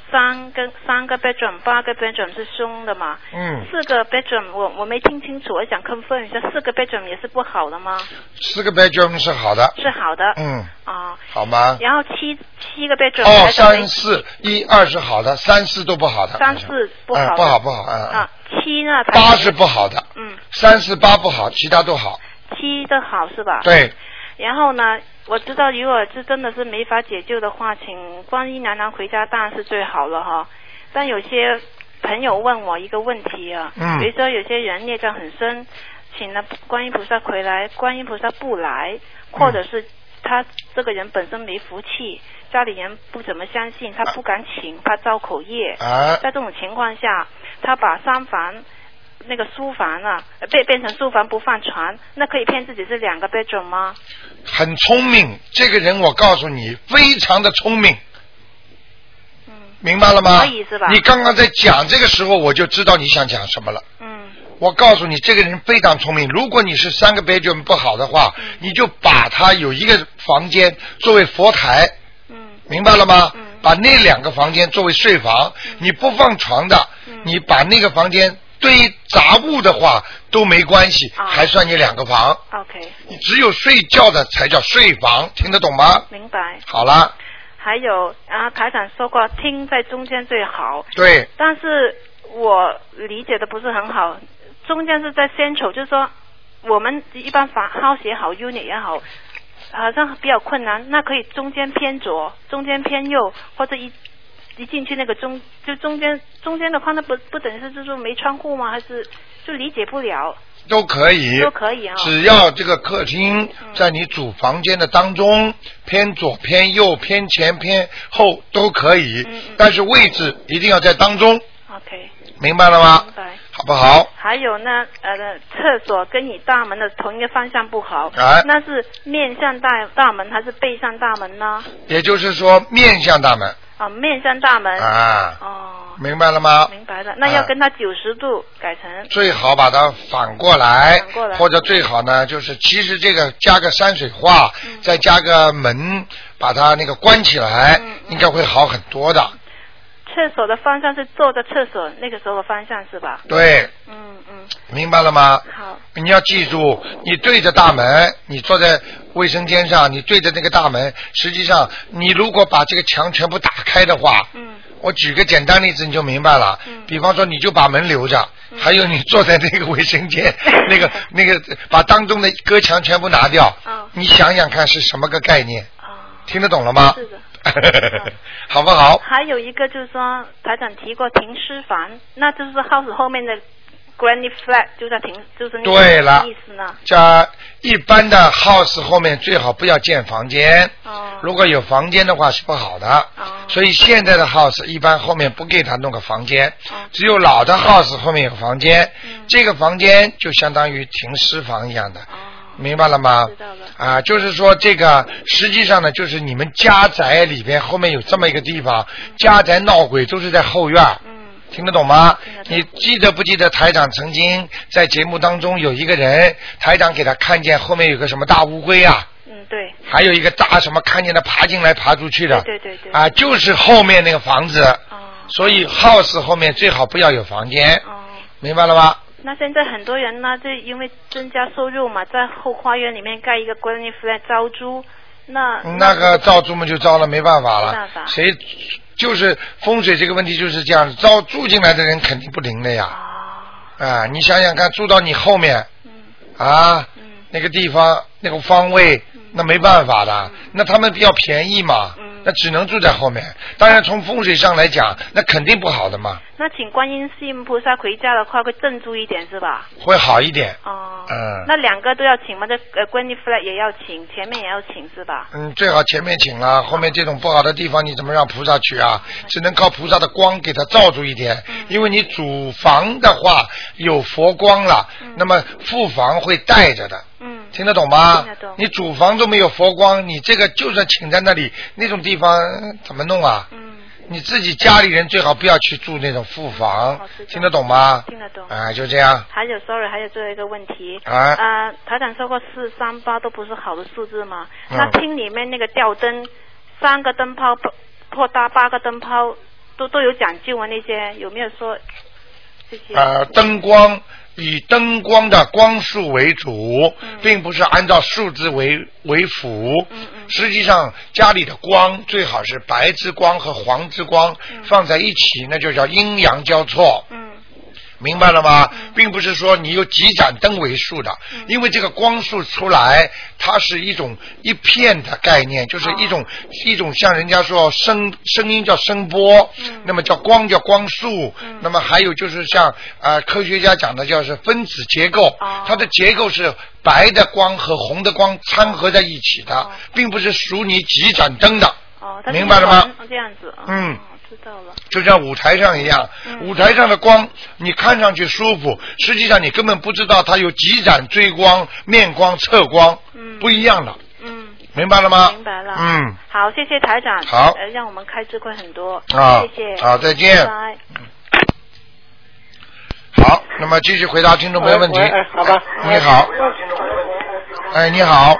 三跟三个 bedroom， 八个 bedroom 是凶的嘛？ 嗯。 四个 bedroom 我我没听清楚，我想 confirm 一下，四个 bedroom 也是不好的吗？ 四个 bedroom 是好的。 是好的。 嗯。 啊。 好吗？ 然后七七个 bedroom。 哦，三四一二是好的，三四都不好的。 三四不好的。 嗯，不好不好嗯。 啊，七呢？ 八是不好的。 嗯。 三四八不好，其他都好。 七的好是吧？ 对。 然后呢，我知道如果是真的是没法解救的话，请观音娘娘回家当然是最好了哈。但有些朋友问我一个问题啊， 嗯， 比如说有些人孽障很深，请了观音菩萨回来，观音菩萨不来，或者是他这个人本身没福气，家里人不怎么相信，他不敢请，怕造口业。 啊， 在这种情况下，他把三房那个书房啊，被变成书房不放床，那可以骗自己是两个 bedroom 吗？ 很聪明，这个人我告诉你，非常的聪明。嗯，明白了吗？ 可以是吧？ 你刚刚在讲这个时候，我就知道你想讲什么了。 嗯。 我告诉你，这个人非常聪明。如果你是三个 bedroom 不好的话，嗯、你就把他有一个房间作为佛台。嗯。明白了吗？嗯。把那两个房间作为睡房，嗯、你不放床的，嗯、你把那个房间堆杂物的话都没关系，哦、还算你两个房。 OK。 你只有睡觉的才叫睡房，听得懂吗？ 明白。 好了。 还有啊，台长说过听在中间最好。 对。 但是我理解的不是很好，中间是在 central， 就是说我们一般房 house 也好 unit 也好，好像比较困难，那可以中间偏左，中间偏右，或者一一进去那个中就中间中间的话，那不不等于是就是没窗户吗？还是就理解不了？ 都可以， 都可以啊、哦。 只要这个客厅在你主房间的当中，嗯、偏左、偏右、偏前、偏后都可以，嗯嗯、但是位置一定要在当中。 OK。 明白了吗？ 明白。 好不好？ 还有呢，呃，厕所跟你大门的同一个方向不好， 哎、 那是面向大大门还是背向大门呢？ 也就是说面向大门。 啊，面向大门。 啊。 哦。 明白了吗？ 明白了，那要跟它九十度改成。啊、 最好把它反过来， 反过来， 或者最好呢，就是其实这个加个山水画，嗯、再加个门，把它那个关起来，嗯、应该会好很多的。 厕所的方向是坐在厕所那个时候的方向是吧？ 对。 嗯嗯。 明白了吗？ 好。 你要记住，你对着大门，你坐在卫生间上，你对着那个大门，实际上你如果把这个墙全部打开的话，嗯，我举个简单例子你就明白了。嗯。比方说，你就把门留着，嗯、还有你坐在那个卫生间，那个那个把当中的隔墙全部拿掉，哦、你想想看是什么个概念？哦。听得懂了吗？ 是的。 好不好？ 还有一个就是说，台长提过停尸房，那就是 house 后面的 granny flat 就在停，就是那个意思呢。 叫一般的 house 后面最好不要建房间，哦、如果有房间的话是不好的。哦、所以现在的 house 一般后面不给他弄个房间，哦、只有老的 house 后面有房间，嗯、这个房间就相当于停尸房一样的。哦，明白了吗？ 知道了。 啊，就是说这个实际上呢，就是你们家宅里边后面有这么一个地方，嗯、家宅闹鬼都是在后院。嗯。听得懂吗？你记得不记得台长曾经在节目当中有一个人，台长给他看见后面有个什么大乌龟啊？ 嗯，对。 还有一个大什么看见他爬进来爬出去的？ 对对对。 啊，就是后面那个房子。哦。所以 house 后面最好不要有房间。哦。明白了吗？ 那现在很多人呢，就因为增加收入嘛，在后花园里面盖一个 granny flat 招租，那那个招租嘛就招了，没办法了。 没办法。 谁就是风水这个问题就是这样，招住进来的人肯定不灵的呀。啊。啊，你想想看，住到你后面，嗯、啊，嗯、那个地方那个方位，嗯、那没办法的，嗯、那他们比较便宜嘛。嗯那只能住在后面，当然从风水上来讲，那肯定不好的嘛。 那请观音菩萨回家的话，会镇住一点是吧？ 会好一点。 哦。 嗯。 那两个都要请吗？这呃观音 flat 也要请，前面也要请是吧？ 嗯，最好前面请了，后面这种不好的地方你怎么让菩萨去啊？嗯、只能靠菩萨的光给它照住一点，嗯、因为你主房的话有佛光了，嗯、那么副房会带着的。嗯，听得懂吗？ 听得懂。 你主房都没有佛光，你这个就算请在那里，那种地方怎么弄啊？嗯，你自己家里人最好不要去住那种副房，哦、听得懂吗？ 听得懂。 啊，就这样。 还有 ，sorry， 还有最后一个问题。 啊。 呃，台长说过四三八都不是好的数字嘛？嗯、那厅里面那个吊灯，三个灯泡破大八个灯泡， 都都有讲究啊，那些有没有说这些？ 呃，灯光以灯光的光束为主， 嗯、 并不是按照数字为为辅。 嗯嗯。 实际上，家里的光最好是白之光和黄之光、嗯、放在一起，那就叫阴阳交错。 嗯。 明白了吗、 嗯、 并不是说你有几盏灯为数的、嗯、因为这个光束出来它是一种一片的概念，就是一种、哦、一种像人家说声声音叫声波、嗯、那么叫光叫光束、嗯、那么还有就是像呃科学家讲的叫是分子结构、哦、它的结构是白的光和红的光掺合在一起的、哦、并不是属你几盏灯的、 哦、 明白了吗？ 这样子、哦、 嗯知道了， 就像舞台上一样、嗯、舞台上的光你看上去舒服，实际上你根本不知道它有几盏追光面光侧光、嗯、不一样的。嗯，明白了吗？ 明白了。 嗯， 好，谢谢台长。 好、 呃、让我们开智慧很多。 啊， 谢谢。 好，再见。 拜拜。 好，那么继续回答听众朋友问题。 哎，好吧。 你好。哎，你好。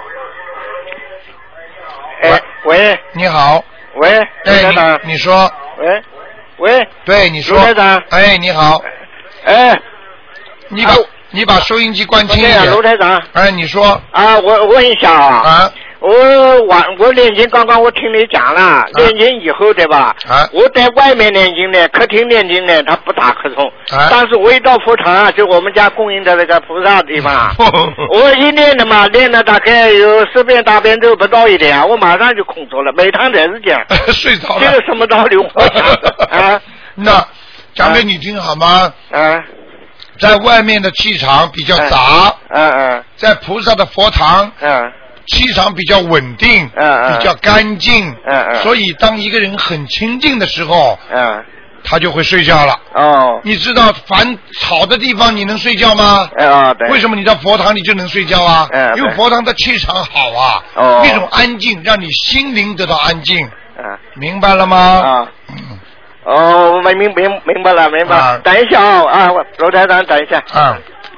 哎，喂。 你好。 喂， 哎，你你说。 喂，喂。 对，你说。 卢台长。 哎，你好。 哎。 你把、啊、你把收音机关轻一点。 卢台长。 哎，你说。 啊，我问一下啊。 啊。 我晚我念经，刚刚我听你讲了，啊、念经以后对吧？ 啊。 我在外面念经呢，客厅念经呢，它不打瞌虫。啊。但是我一到佛堂啊，就我们家供应的那个菩萨地方，我一念的嘛，念了大概有十遍大悲咒不到一点，我马上就空着了，每趟都是这样。 睡着了。 这个什么道理？我讲啊。 那讲给你听好吗？ 啊。 在外面的气场比较杂。 嗯嗯。 在菩萨的佛堂。 嗯。 气场比较稳定， 嗯嗯， 比较干净， 嗯嗯， 所以当一个人很清静的时候， 嗯， 他就会睡觉了。 哦， 你知道凡吵的地方你能睡觉吗？ 哦，对。 为什么你到佛堂你就能睡觉啊？ 嗯， 因为佛堂的气场好啊， 哦， 那种安静让你心灵得到安静。 嗯， 明白了吗？ 啊，嗯，哦，我明明明白了，明白。啊、等一下啊，啊，罗台长，等一下。 啊。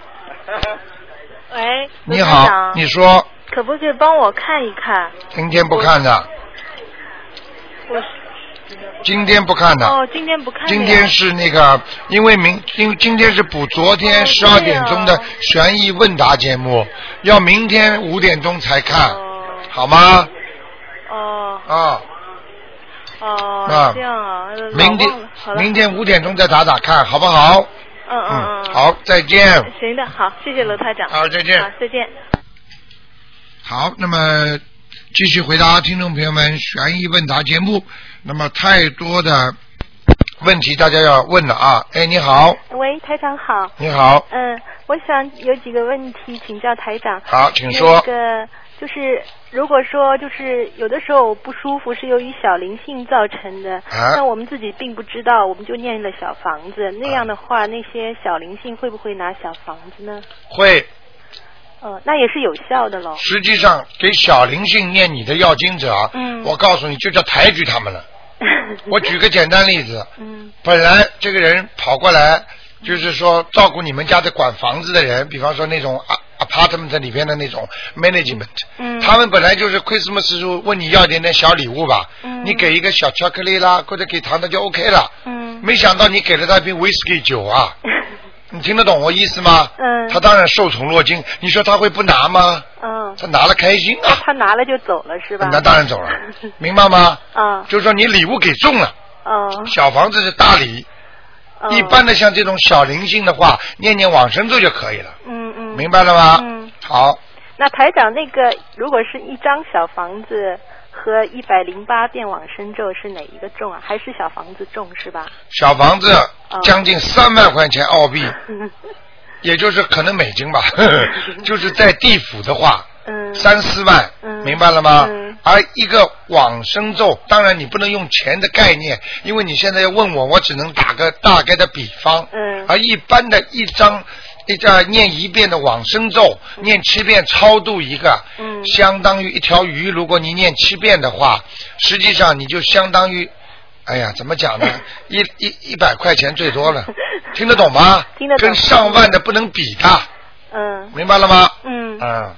喂， 你好，你说。 可不可以帮我看一看？ 今天不看的。 我今天不看的。 哦，今天不看的。 今天是那个，因为明因为今天是补昨天十二点钟的悬疑问答节目，哦、要明天五点钟才看，哦、好吗？ 哦。 啊。 哦。 啊。 这样啊。 明天明天五点钟再打打看，好不好？ 嗯嗯嗯。 好，再见。 行的，好，谢谢罗台长。 好，再见。 好，再见。 好，那么继续回答听众朋友们悬疑问答节目。那么太多的问题大家要问了啊！哎，你好。 喂，台长好。 你好。 嗯，我想有几个问题请教台长。 好，请说。 那个就是如果说就是有的时候不舒服是由于小灵性造成的， 啊、 那我们自己并不知道，我们就念了小房子，那样的话，啊、那些小灵性会不会拿小房子呢？ 会。 呃，那也是有效的咯。 实际上，给小灵性念你的要经者， 嗯， 我告诉你，就叫抬举他们了。我举个简单例子， 嗯， 本来这个人跑过来，就是说照顾你们家的管房子的人，比方说那种 apartment 里边的那种 management， 嗯， 他们本来就是 Christmas 时候问你要点点小礼物吧， 嗯， 你给一个小巧克力啦，或者给糖的就 OK 了， 嗯， 没想到你给了他一瓶 whisky 酒啊。你听得懂我意思吗？ 嗯。 他当然受宠若惊，你说他会不拿吗？ 嗯。 他拿了开心啊。 他拿了就走了是吧？ 那当然走了，明白吗？ 嗯。 就是说你礼物给中了。 哦。 小房子是大礼。 哦。 一般的像这种小灵性的话，念念往生咒就可以了。 嗯嗯。 明白了吗？ 嗯。 好。 那台长，那个如果是一张小房子和一百零八遍往生咒是哪一个重啊？还是小房子重是吧？ 小房子将近三万块钱澳币，哦、也就是可能美金吧，呵呵就是在地府的话， 嗯， 三四万， 嗯， 明白了吗？ 嗯。 而一个往生咒，当然你不能用钱的概念，因为你现在要问我，我只能打个大概的比方。 嗯。 而一般的一张。一张念一遍的往生咒，念七遍超度一个， 嗯， 相当于一条鱼。如果你念七遍的话，实际上你就相当于，哎呀，怎么讲呢？一一一百块钱最多了，听得懂吗？ 听得懂。 跟上万的不能比的。 嗯。 明白了吗？ 嗯。 嗯。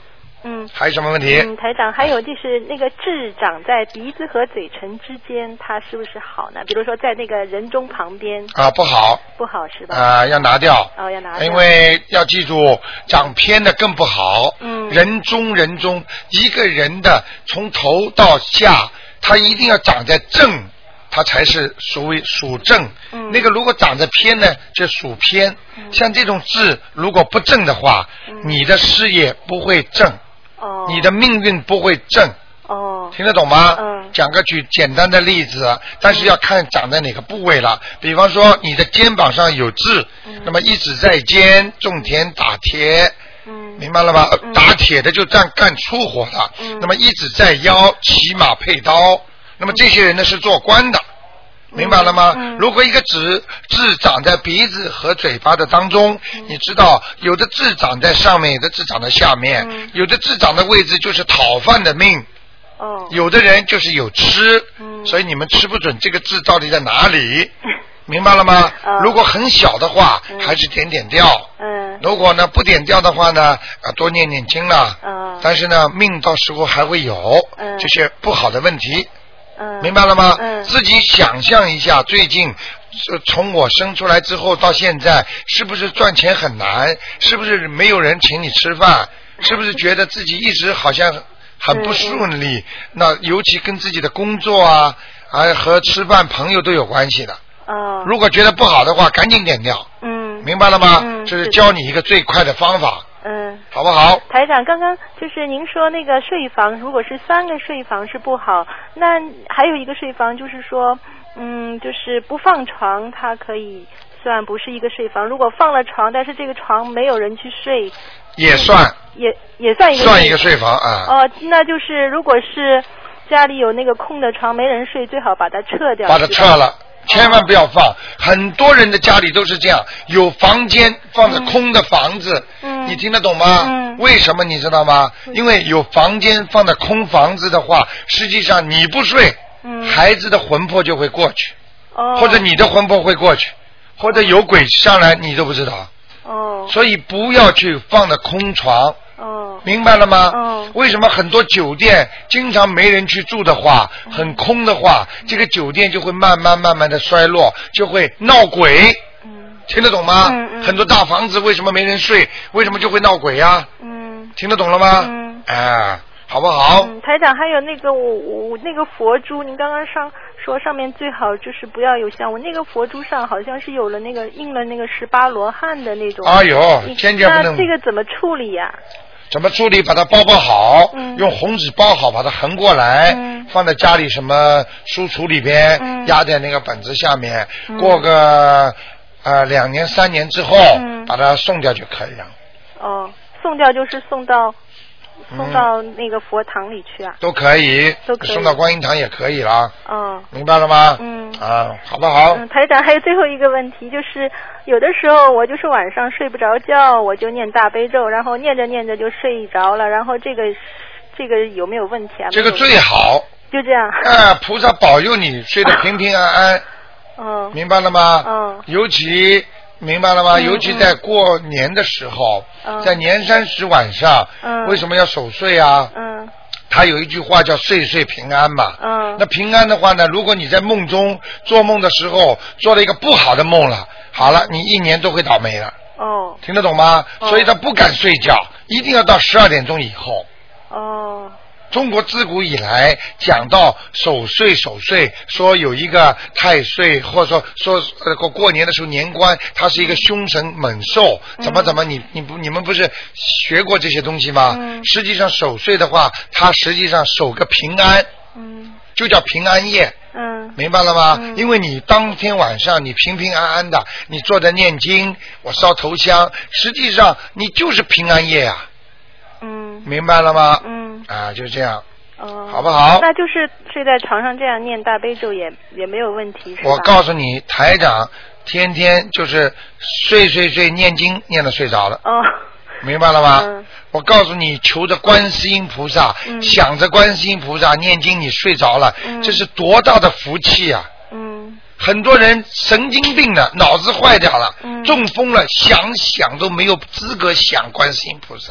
嗯， 还有什么问题？ 嗯，台长，还有就是那个痣长在鼻子和嘴唇之间，它是不是好呢？比如说在那个人中旁边。 啊，不好。 不好是吧？ 啊，要拿掉。 哦，要拿掉。 因为要记住，长偏的更不好。 嗯。 人中人中，一个人的从头到下，他一定要长在正。它才是属于属正、嗯，那个如果长得偏呢，就属偏、嗯。像这种痣如果不正的话、嗯，你的事业不会正，哦，你的命运不会正，哦，听得懂吗？嗯，讲个举简单的例子，但是要看长在哪个部位了。比方说你的肩膀上有痣，嗯、那么一直在肩，种田打铁。嗯，明白了吗？嗯、打铁的就干干粗活的、嗯，那么一直在腰，骑马配刀。那么这些人呢是做官的，明白了吗？嗯嗯、如果一个痣痣长在鼻子和嘴巴的当中、嗯，你知道有的痣长在上面，有的痣长在下面、嗯，有的痣长的位置就是讨饭的命，哦，有的人就是有吃、嗯，所以你们吃不准这个痣到底在哪里，明白了吗？哦、如果很小的话，嗯、还是点点掉。嗯，如果呢不点掉的话呢，啊多念念经了。嗯，但是呢命到时候还会有、嗯、这些不好的问题。嗯，明白了吗？嗯，自己想象一下，最近从我生出来之后到现在，是不是赚钱很难？是不是没有人请你吃饭？是不是觉得自己一直好像很不顺利？嗯、那尤其跟自己的工作啊，啊和吃饭、朋友都有关系的。哦。如果觉得不好的话，赶紧点掉。嗯。明白了吗？嗯。这是教你一个最快的方法。嗯，好不好？ 台长，刚刚就是您说那个睡房，如果是三个睡房是不好，那还有一个睡房就是说，嗯，就是不放床，它可以算不是一个睡房。如果放了床，但是这个床没有人去睡， 也算， 也也算一个算一个睡房啊。 哦，那就是如果是家里有那个空的床没人睡，最好把它撤掉。 把它撤了。千万不要放、哦，很多人的家里都是这样，有房间放着空的房子，嗯、你听得懂吗？嗯、为什么你知道吗？因为有房间放着空房子的话，实际上你不睡，嗯、孩子的魂魄就会过去、哦，或者你的魂魄会过去，或者有鬼上来，你都不知道。哦，所以不要去放的空床。哦，明白了吗？哦，为什么很多酒店经常没人去住的话，嗯、很空的话，这个酒店就会慢慢慢慢的衰落，就会闹鬼。嗯，听得懂吗？嗯嗯。很多大房子为什么没人睡？为什么就会闹鬼呀？嗯，听得懂了吗？嗯，哎，好不好？ 嗯，台长，还有那个我我那个佛珠，您刚刚上说上面最好就是不要有像我那个佛珠上好像是有了那个印了那个十八罗汉的那种。 哎呦，坚决不能。 那这个怎么处理呀、啊？ 怎么处理？把它包包好、嗯、用红纸包好，把它横过来、嗯、放在家里什么书橱里边、嗯、压在那个本子下面、嗯、过个呃两年三年之后、嗯、把它送掉就可以了。 哦，送掉就是送到送到那个佛堂里去啊？ 都可以， 都可以， 送到观音堂也可以啦。 哦， 明白了吗？ 嗯， 啊，好不好？ 嗯，台长，还有最后一个问题，就是有的时候我就是晚上睡不着觉，我就念大悲咒，然后念着念着就睡着了，然后这个这个有没有问题啊？ 这个最好。 就这样。 啊，菩萨保佑你睡得平平安安。 嗯。 明白了吗？ 嗯。 尤其。明白了吗？嗯、尤其在过年的时候、嗯、在年三十晚上、嗯、为什么要守岁啊？嗯，他有一句话叫岁岁平安嘛。嗯，那平安的话呢，如果你在梦中做梦的时候做了一个不好的梦了，好了，你一年都会倒霉了。哦，听得懂吗？哦、所以他不敢睡觉，一定要到十二点钟以后。哦。中国自古以来讲到守岁守岁，说有一个太岁，或者说说呃过年的时候年关，它是一个凶神猛兽，怎么怎么你你不你们不是学过这些东西吗？嗯、实际上守岁的话，它实际上守个平安，嗯，就叫平安夜。嗯，明白了吗？嗯、因为你当天晚上你平平安安的，你坐在念经，我烧头香，实际上你就是平安夜啊。嗯，明白了吗？嗯，啊，就这样，哦，好不好？ 那就是睡在床上这样念大悲咒也也没有问题，是吧？ 我告诉你，台长天天就是睡睡睡念经念的睡着了。哦，明白了吗？嗯，我告诉你，求着观世音菩萨，嗯、想着观世音菩萨念经，你睡着了，嗯、这是多大的福气啊！嗯，很多人神经病的，脑子坏掉了，嗯、中风了，想想都没有资格想观世音菩萨。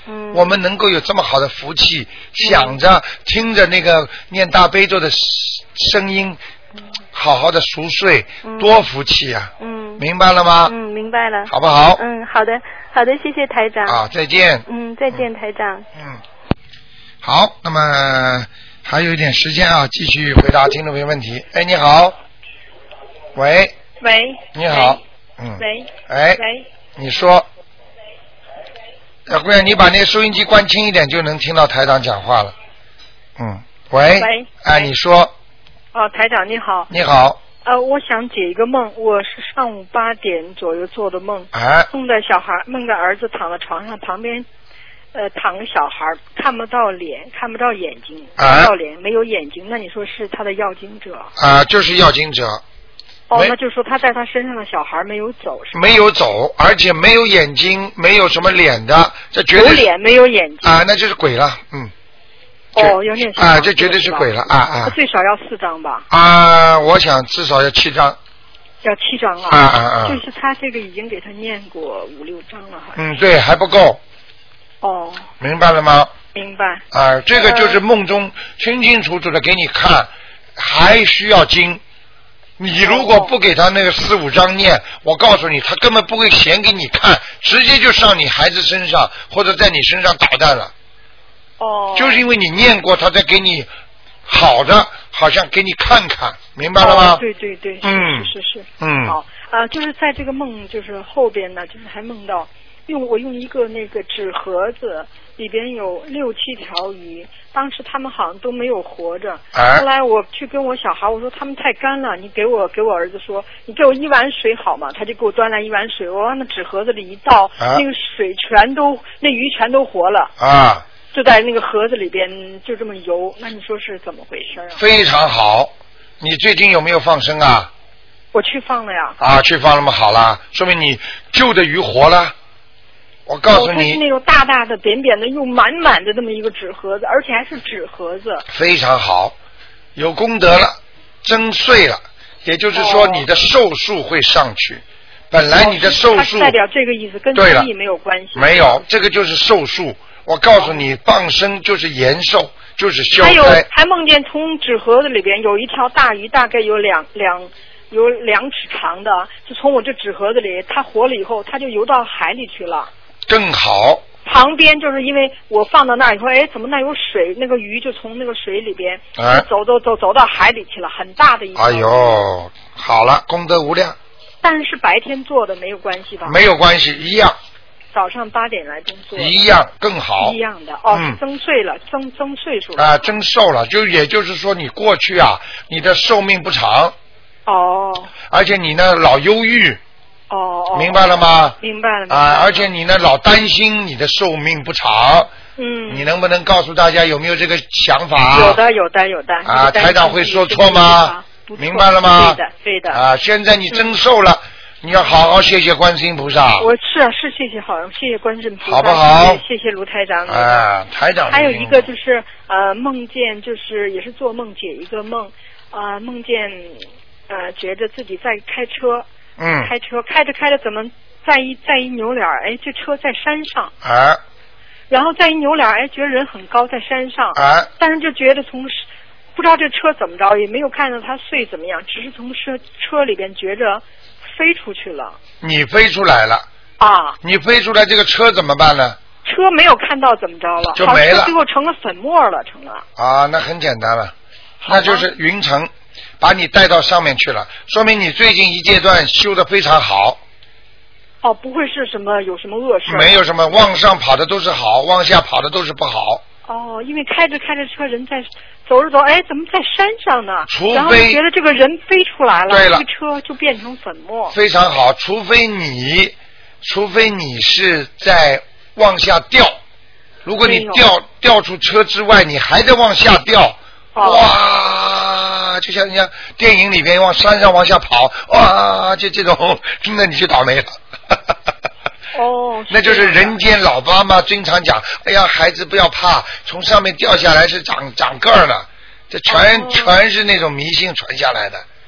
嗯， 我们能够有这么好的福气，想着听着那个念大悲咒的声音，好好的熟睡， 嗯、 多福气啊！ 嗯， 明白了吗？ 嗯，明白了。 好不好？ 嗯，好的，好的，谢谢台长。 啊，再见。 嗯，再见，台长。 嗯，好，那么还有一点时间啊，继续回答听众朋友问题。哎，你好。喂。 喂。 你好。嗯。 喂。 哎。 喂。 你说。小姑娘，你把那个收音机关轻一点，就能听到台长讲话了。嗯。喂。 喂。 哎，你说。 哦，台长你好。 你好。 呃，我想解一个梦，我是上午八点左右做的梦， 哎。 梦到小孩，梦到儿子躺在床上，旁边呃躺个小孩，看不到脸，看不到眼睛，看不到脸，没有眼睛，那你说是他的要经者？ 啊，就是要经者。 哦，那就是说他在他身上的小孩没有走，是吧？ 没有走，而且没有眼睛，没有什么脸的，这绝对有脸没有眼睛啊，那就是鬼了，嗯。 哦，要念啊，这绝对是鬼了啊啊！ 最少要四张吧？ 啊，我想至少要七张。 要七张啊！ 啊啊啊！ 就是他这个已经给他念过五六张了，好像。 嗯，对，还不够。 哦。 明白了吗？ 明白。 啊，这个就是梦中清清楚楚的给你看，还需要经。你如果不给他那个四五张念，我告诉你，他根本不会显给你看，直接就上你孩子身上或者在你身上捣蛋了。 哦。 就是因为你念过，他才给你好的，好像给你看看，明白了吗？ 哦、对对对， 嗯， 是是是。 嗯。 好啊、呃，就是在这个梦，就是后边呢，就是还梦到用我用一个那个纸盒子，里边有六七条鱼，当时他们好像都没有活着。 哎。 后来我去跟我小孩我说他们太干了，你给我给我儿子说，你给我一碗水好吗？他就给我端来一碗水，我往那纸盒子里一倒， 啊、 那个水全都那鱼全都活了。 啊。 就在那个盒子里边就这么游，那你说是怎么回事啊？ 非常好，你最近有没有放生啊？ 我去放了呀。 啊，去放了嘛，好了，说明你救的鱼活了。我告诉你， 哦、是那种大大的、扁扁的，又满满的这么一个纸盒子，而且还是纸盒子。 非常好，有功德了，增岁了，也就是说你的寿数会上去。哦、本来你的寿数、 哦、代表这个意思，跟生意没有关系。 没有，这个就是寿数。我告诉你，放生就是延寿，就是消灾。 还有还梦见从纸盒子里边有一条大鱼，大概有两两有两尺长的，就从我这纸盒子里，它活了以后，它就游到海里去了。 正好。 旁边就是因为我放到那儿以后，哎，怎么那有水？那个鱼就从那个水里边， 哎， 走走走走到海里去了，很大的一条。 哎呦，好了，功德无量。 但是白天做的没有关系吧？ 没有关系，一样。 早上八点来工作， 一样更好， 一样的哦， 嗯、 增岁了，增增岁数了啊，增寿了，就也就是说，你过去啊，你的寿命不长， 哦， 而且你呢老忧郁， 哦哦， 明白了吗？ 明白了，明白了啊，而且你呢老担心你的寿命不长， 嗯， 你能不能告诉大家有没有这个想法？ 有的，有的，有的啊，台长会说错吗？明白了吗？ 对的，对的。 啊，现在你增寿了。嗯，你要好好谢谢观世音菩萨。 我是啊，是谢谢好，谢谢观世音菩萨， 好不好？ 谢谢卢台长。 啊，台长。 还有一个就是呃，梦见就是也是做梦解一个梦，呃，梦见呃觉着自己在开车， 嗯， 开车开着开着怎么再一再一扭脸，哎，这车在山上。 啊。 然后再一扭脸，哎，觉得人很高在山上。 啊。 但是就觉得从不知道这车怎么着，也没有看到它碎怎么样，只是从车车里边觉着。飞出去了， 你飞出来了啊！ 你飞出来，这个车怎么办呢？ 车没有看到怎么着了， 就没了， 最后成了粉末了，成了。 啊，那很简单了，那就是云层把你带到上面去了，说明你最近一阶段修得非常好。 哦，不会是什么有什么恶事？ 没有什么，往上跑的都是好，往下跑的都是不好。 哦，因为开着开着车，人在走着走，哎，怎么在山上呢？ 除非然后觉得这个人飞出来了， 对了， 这个车就变成粉末。 非常好，除非你，除非你是在往下掉，如果你掉掉出车之外，你还在往下掉， 哦、 哇，就像人家电影里边往山上往下跑，哇，就这种，那你就倒霉了。 哦， 那就是人间老爸妈经常讲，哎呀，孩子不要怕，从上面掉下来是长长个儿的，这全、哦、全是那种迷信传下来的。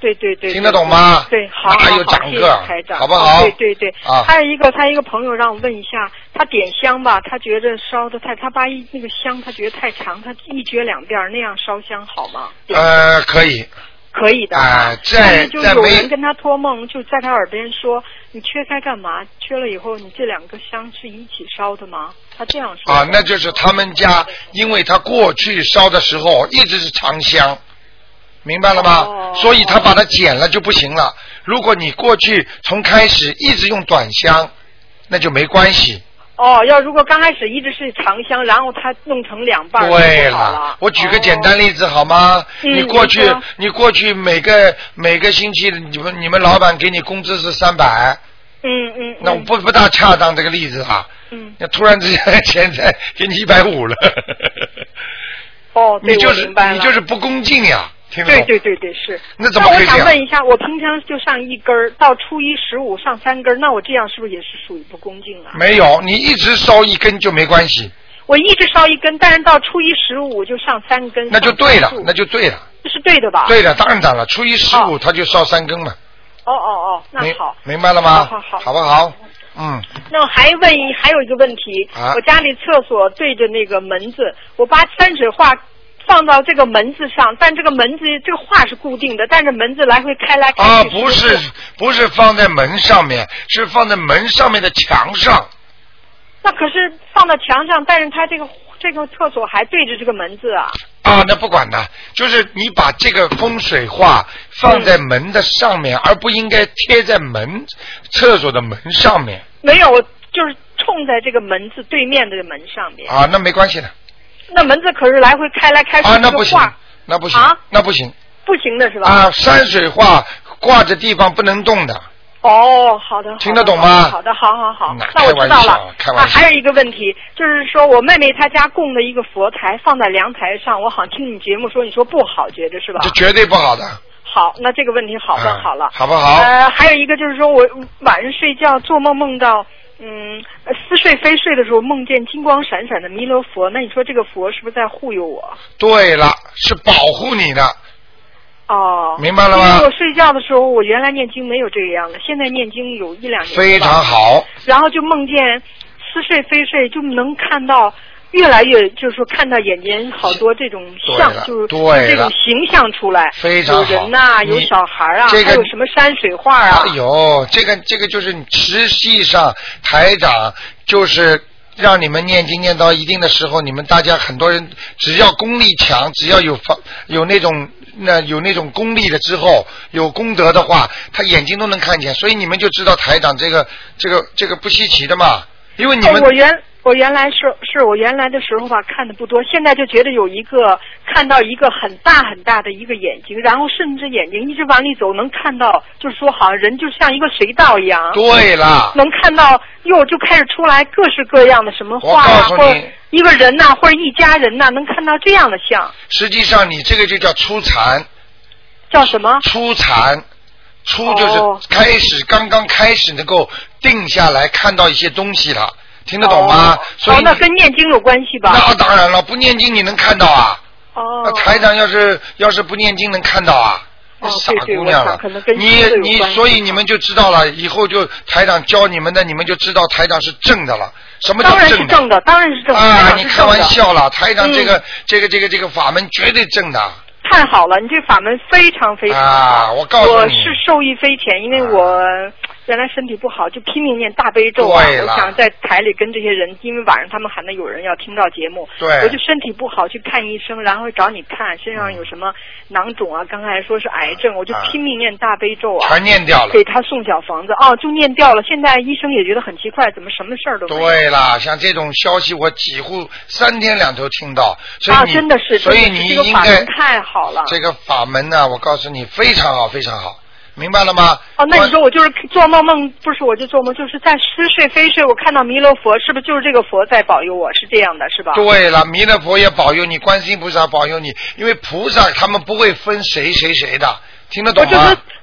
对对对， 听得懂吗？ 对，好， 哪有长个， 台长， 好不好？ 对对对， 啊， 还有一个，他一个朋友让我问一下，他点香吧，他觉得烧的太，他把一那个香他觉得太长，他一撅两遍那样烧香好吗？ 呃，可以。 可以的啊， 但是就有人跟他托梦，就在他耳边说：“你缺开干嘛？缺了以后，你这两个香是一起烧的吗？”他这样说。 啊，那就是他们家，因为他过去烧的时候一直是长香，明白了吗？ 哦、 所以他把它剪了就不行了。如果你过去从开始一直用短香，那就没关系。 哦，要如果刚开始一直是长香，然后它弄成两半， 对了。 我举个简单例子好吗？ 嗯、 你过去，你过去每个每个星期，你们你们老板给你工资是三百。 嗯嗯。 那我不不大恰当这个例子啊。 嗯。 那突然之间现在给你一百五了。 哦，对， 你就是我明白了。 你就是不恭敬呀。 对对对对是。 那怎么可以这样？ 那我想问一下，我平常就上一根儿，到初一十五上三根儿，那我这样是不是也是属于不恭敬啊？ 没有，你一直烧一根就没关系。 我一直烧一根，但是到初一十五就上三根。 那就对了，那就对了。 这是对的吧？ 对的，当然当然了，初一十五他就烧三根嘛。 哦哦哦，那好。 明白了吗？ 好好好， 好不好？嗯。 那我还问一，还有一个问题， 啊、 我家里厕所对着那个门子，我把山水画放到这个门字上，但这个门字这个画是固定的，但是门字来回开来开去。 啊，不是不是放在门上面，是放在门上面的墙上。 那可是放到墙上，但是它这个这个厕所还对着这个门字啊。 啊，那不管的，就是你把这个风水画放在门的上面，嗯、而不应该贴在门厕所的门上面。 没有，就是冲在这个门字对面的门上面。 啊，那没关系的。 那门字可是来回开来开去， 啊，那不行，那不行， 啊， 那不行， 不行的是吧？ 啊，山水画挂着地方不能动的。 哦，好的， 听得懂吗？ 好的，好好好， 那那我知道了。 开玩笑， 啊，还有一个问题，就是说我妹妹她家供的一个佛台放在阳台上，我好像听你节目说你说不好，觉得是吧？ 这绝对不好的。 好，那这个问题好问好了， 嗯、好不好？ 呃，还有一个就是说我晚上睡觉做梦梦到。嗯，似睡非睡的时候梦见金光闪闪的弥勒佛，那你说这个佛是不是在护佑我？ 对了，是保护你的。 哦， 明白了吗？ 因为我睡觉的时候，我原来念经没有这个样的，现在念经有一两年。 非常好。 然后就梦见似睡非睡，就能看到越来越，就是说看到眼前好多这种像，就是这种形象出来， 非常好。 有人呐、啊，有小孩啊， 这个、 还有什么山水画啊。 哎呦，这个这个就是实际上台长就是让你们念经念到一定的时候，你们大家很多人只要功力强，只要有方有那种那有那种功力了之后，有功德的话，他眼睛都能看见，所以你们就知道台长这个这个这个不稀奇的嘛，因为你们、 哦、我原我原来是是我原来的时候吧看的不多，现在就觉得有一个看到一个很大很大的一个眼睛，然后顺着眼睛一直往里走，能看到就是说好像人就像一个隧道一样。 对了， 能看到又就开始出来各式各样的什么画啊，或者一个人呐、啊，或者一家人呐、啊，能看到这样的像。 实际上你这个就叫初禅。 叫什么？ 初禅。初就是开始、哦、刚刚开始能够定下来看到一些东西了。听得懂吗？ 哦、 所以、 哦、那跟念经有关系吧？ 那当然了，不念经你能看到啊？ 哦。 那台长要是要是不念经能看到啊？ 哦、 傻姑娘了。 对对，可能跟你你所以你们就知道了，以后就台长教你们的，你们就知道台长是正的了。什么叫正的？ 当然是正的，当然是正的。 啊，你开玩笑了，台长这个、 嗯、 这个这个这个法门绝对正的。 太好了，你这法门非常非常好。 啊，我告诉你， 我是受益匪浅，因为我。啊原来身体不好，就拼命念大悲咒啊！我想在台里跟这些人，因为晚上他们喊的有人要听到节目， 对， 我就身体不好去看医生，然后找你看身上有什么囊肿啊，刚才说是癌症，我就拼命念大悲咒啊， 全念掉了， 给他送小房子，哦，就念掉了。现在医生也觉得很奇怪，怎么什么事儿都没有。 对啦，像这种消息我几乎三天两头听到，所以你、 啊、真的是， 所以你应该、 这个、太好了， 这个法门呢，我告诉你非常好，非常好。明白了吗？ 哦，那你说我就是做梦梦，不是我就做梦，就是在似睡非睡，我看到弥勒佛，是不是就是这个佛在保佑我？是这样的，是吧？ 对了，弥勒佛也保佑你，观世音菩萨保佑你，因为菩萨他们不会分谁谁谁的，听得懂吗？ 我就是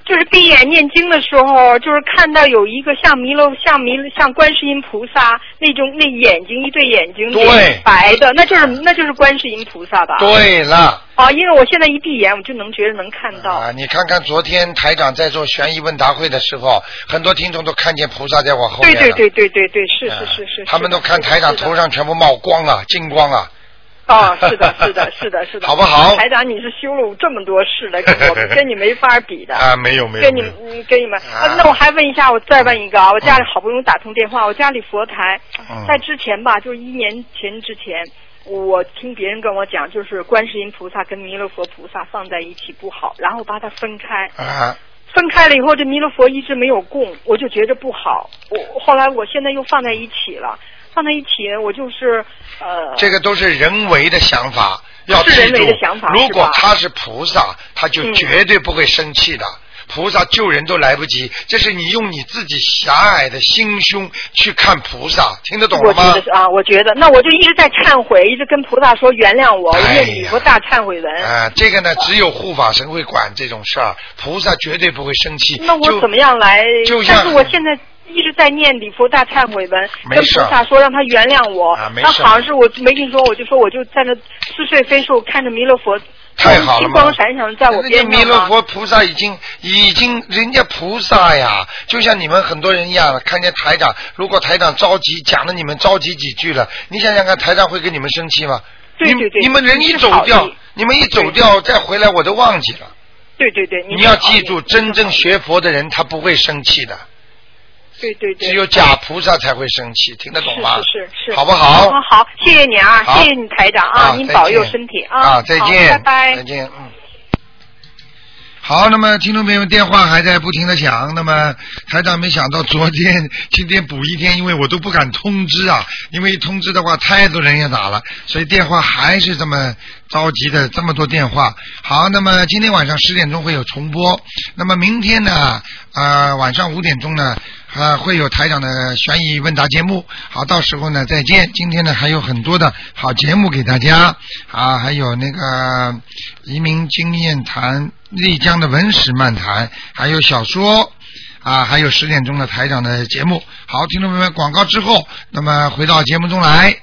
就是闭眼念经的时候，就是看到有一个像弥勒、像弥勒、像观世音菩萨那种那眼睛一对眼睛对白的，那就是那就是观世音菩萨吧？ 对了。 啊，因为我现在一闭眼，我就能觉得能看到。 啊，你看看昨天台长在做悬疑问答会的时候，很多听众都看见菩萨在我后面了。 对对对对对对，是是是是。 他们都看台长头上全部冒光啊，金光啊。 哦，是的，是的，是的，是的， 好不好？ 台长，你是修了这么多事的，跟我跟你没法比的啊，没有没有。 跟你跟你们、啊，那我还问一下，我再问一个啊，我家里好不容易打通电话，我家里佛台、嗯、在之前吧，就是一年前之前，我听别人跟我讲，就是观世音菩萨跟弥勒佛菩萨放在一起不好，然后把它分开。 啊。 分开了以后，这弥勒佛一直没有供，我就觉着不好。我后来我现在又放在一起了。放在一起，我就是呃， 这个都是人为的想法，要记住。 是人为的想法。 如果他是菩萨，他就绝对不会生气的。嗯、菩萨救人都来不及，这是你用你自己狭隘的心胸去看菩萨，听得懂了吗？ 我觉得啊，我觉得，那我就一直在忏悔，一直跟菩萨说原谅我，念礼佛大忏悔文。 啊、呃，这个呢，只有护法神会管这种事儿，菩萨绝对不会生气。 那我怎么样来？就但是我现在。一直在念礼佛大忏悔文，跟菩萨说让他原谅我。 啊、 那好像是我没跟你说，我就说我就在那似睡非睡，看着弥勒佛， 太好了， 金光闪闪在我边上。 弥勒佛菩萨已经已经人家菩萨呀，就像你们很多人一样，看见台长，如果台长着急讲了你们着急几句了，你想想看，台长会跟你们生气吗？ 对对对。 你们人一走掉，你们一走掉再回来，我都忘记了。 对对对。 你要记住，真正学佛的人他不会生气的。 对对对， 只有假菩萨才会生气，听得懂吗？ 是是是， 好不好？ 好，好，谢谢你啊，谢谢你台长啊，您保佑身体啊， 啊，再见， 拜拜， 再见，嗯。好，那么听众朋友们电话还在不停的响，那么台长没想到昨天今天补一天，因为我都不敢通知啊，因为通知的话太多人要打了，所以电话还是这么着急的，这么多电话。好，那么今天晚上十点钟会有重播，那么明天呢呃晚上五点钟呢呃会有台长的悬疑问答节目。好，到时候呢再见。今天呢还有很多的好节目给大家啊，还有那个移民经验谈、丽江的文史漫谈，还有小说啊，还有十点钟的台长的节目。好，听众朋友们，广告之后，那么回到节目中来。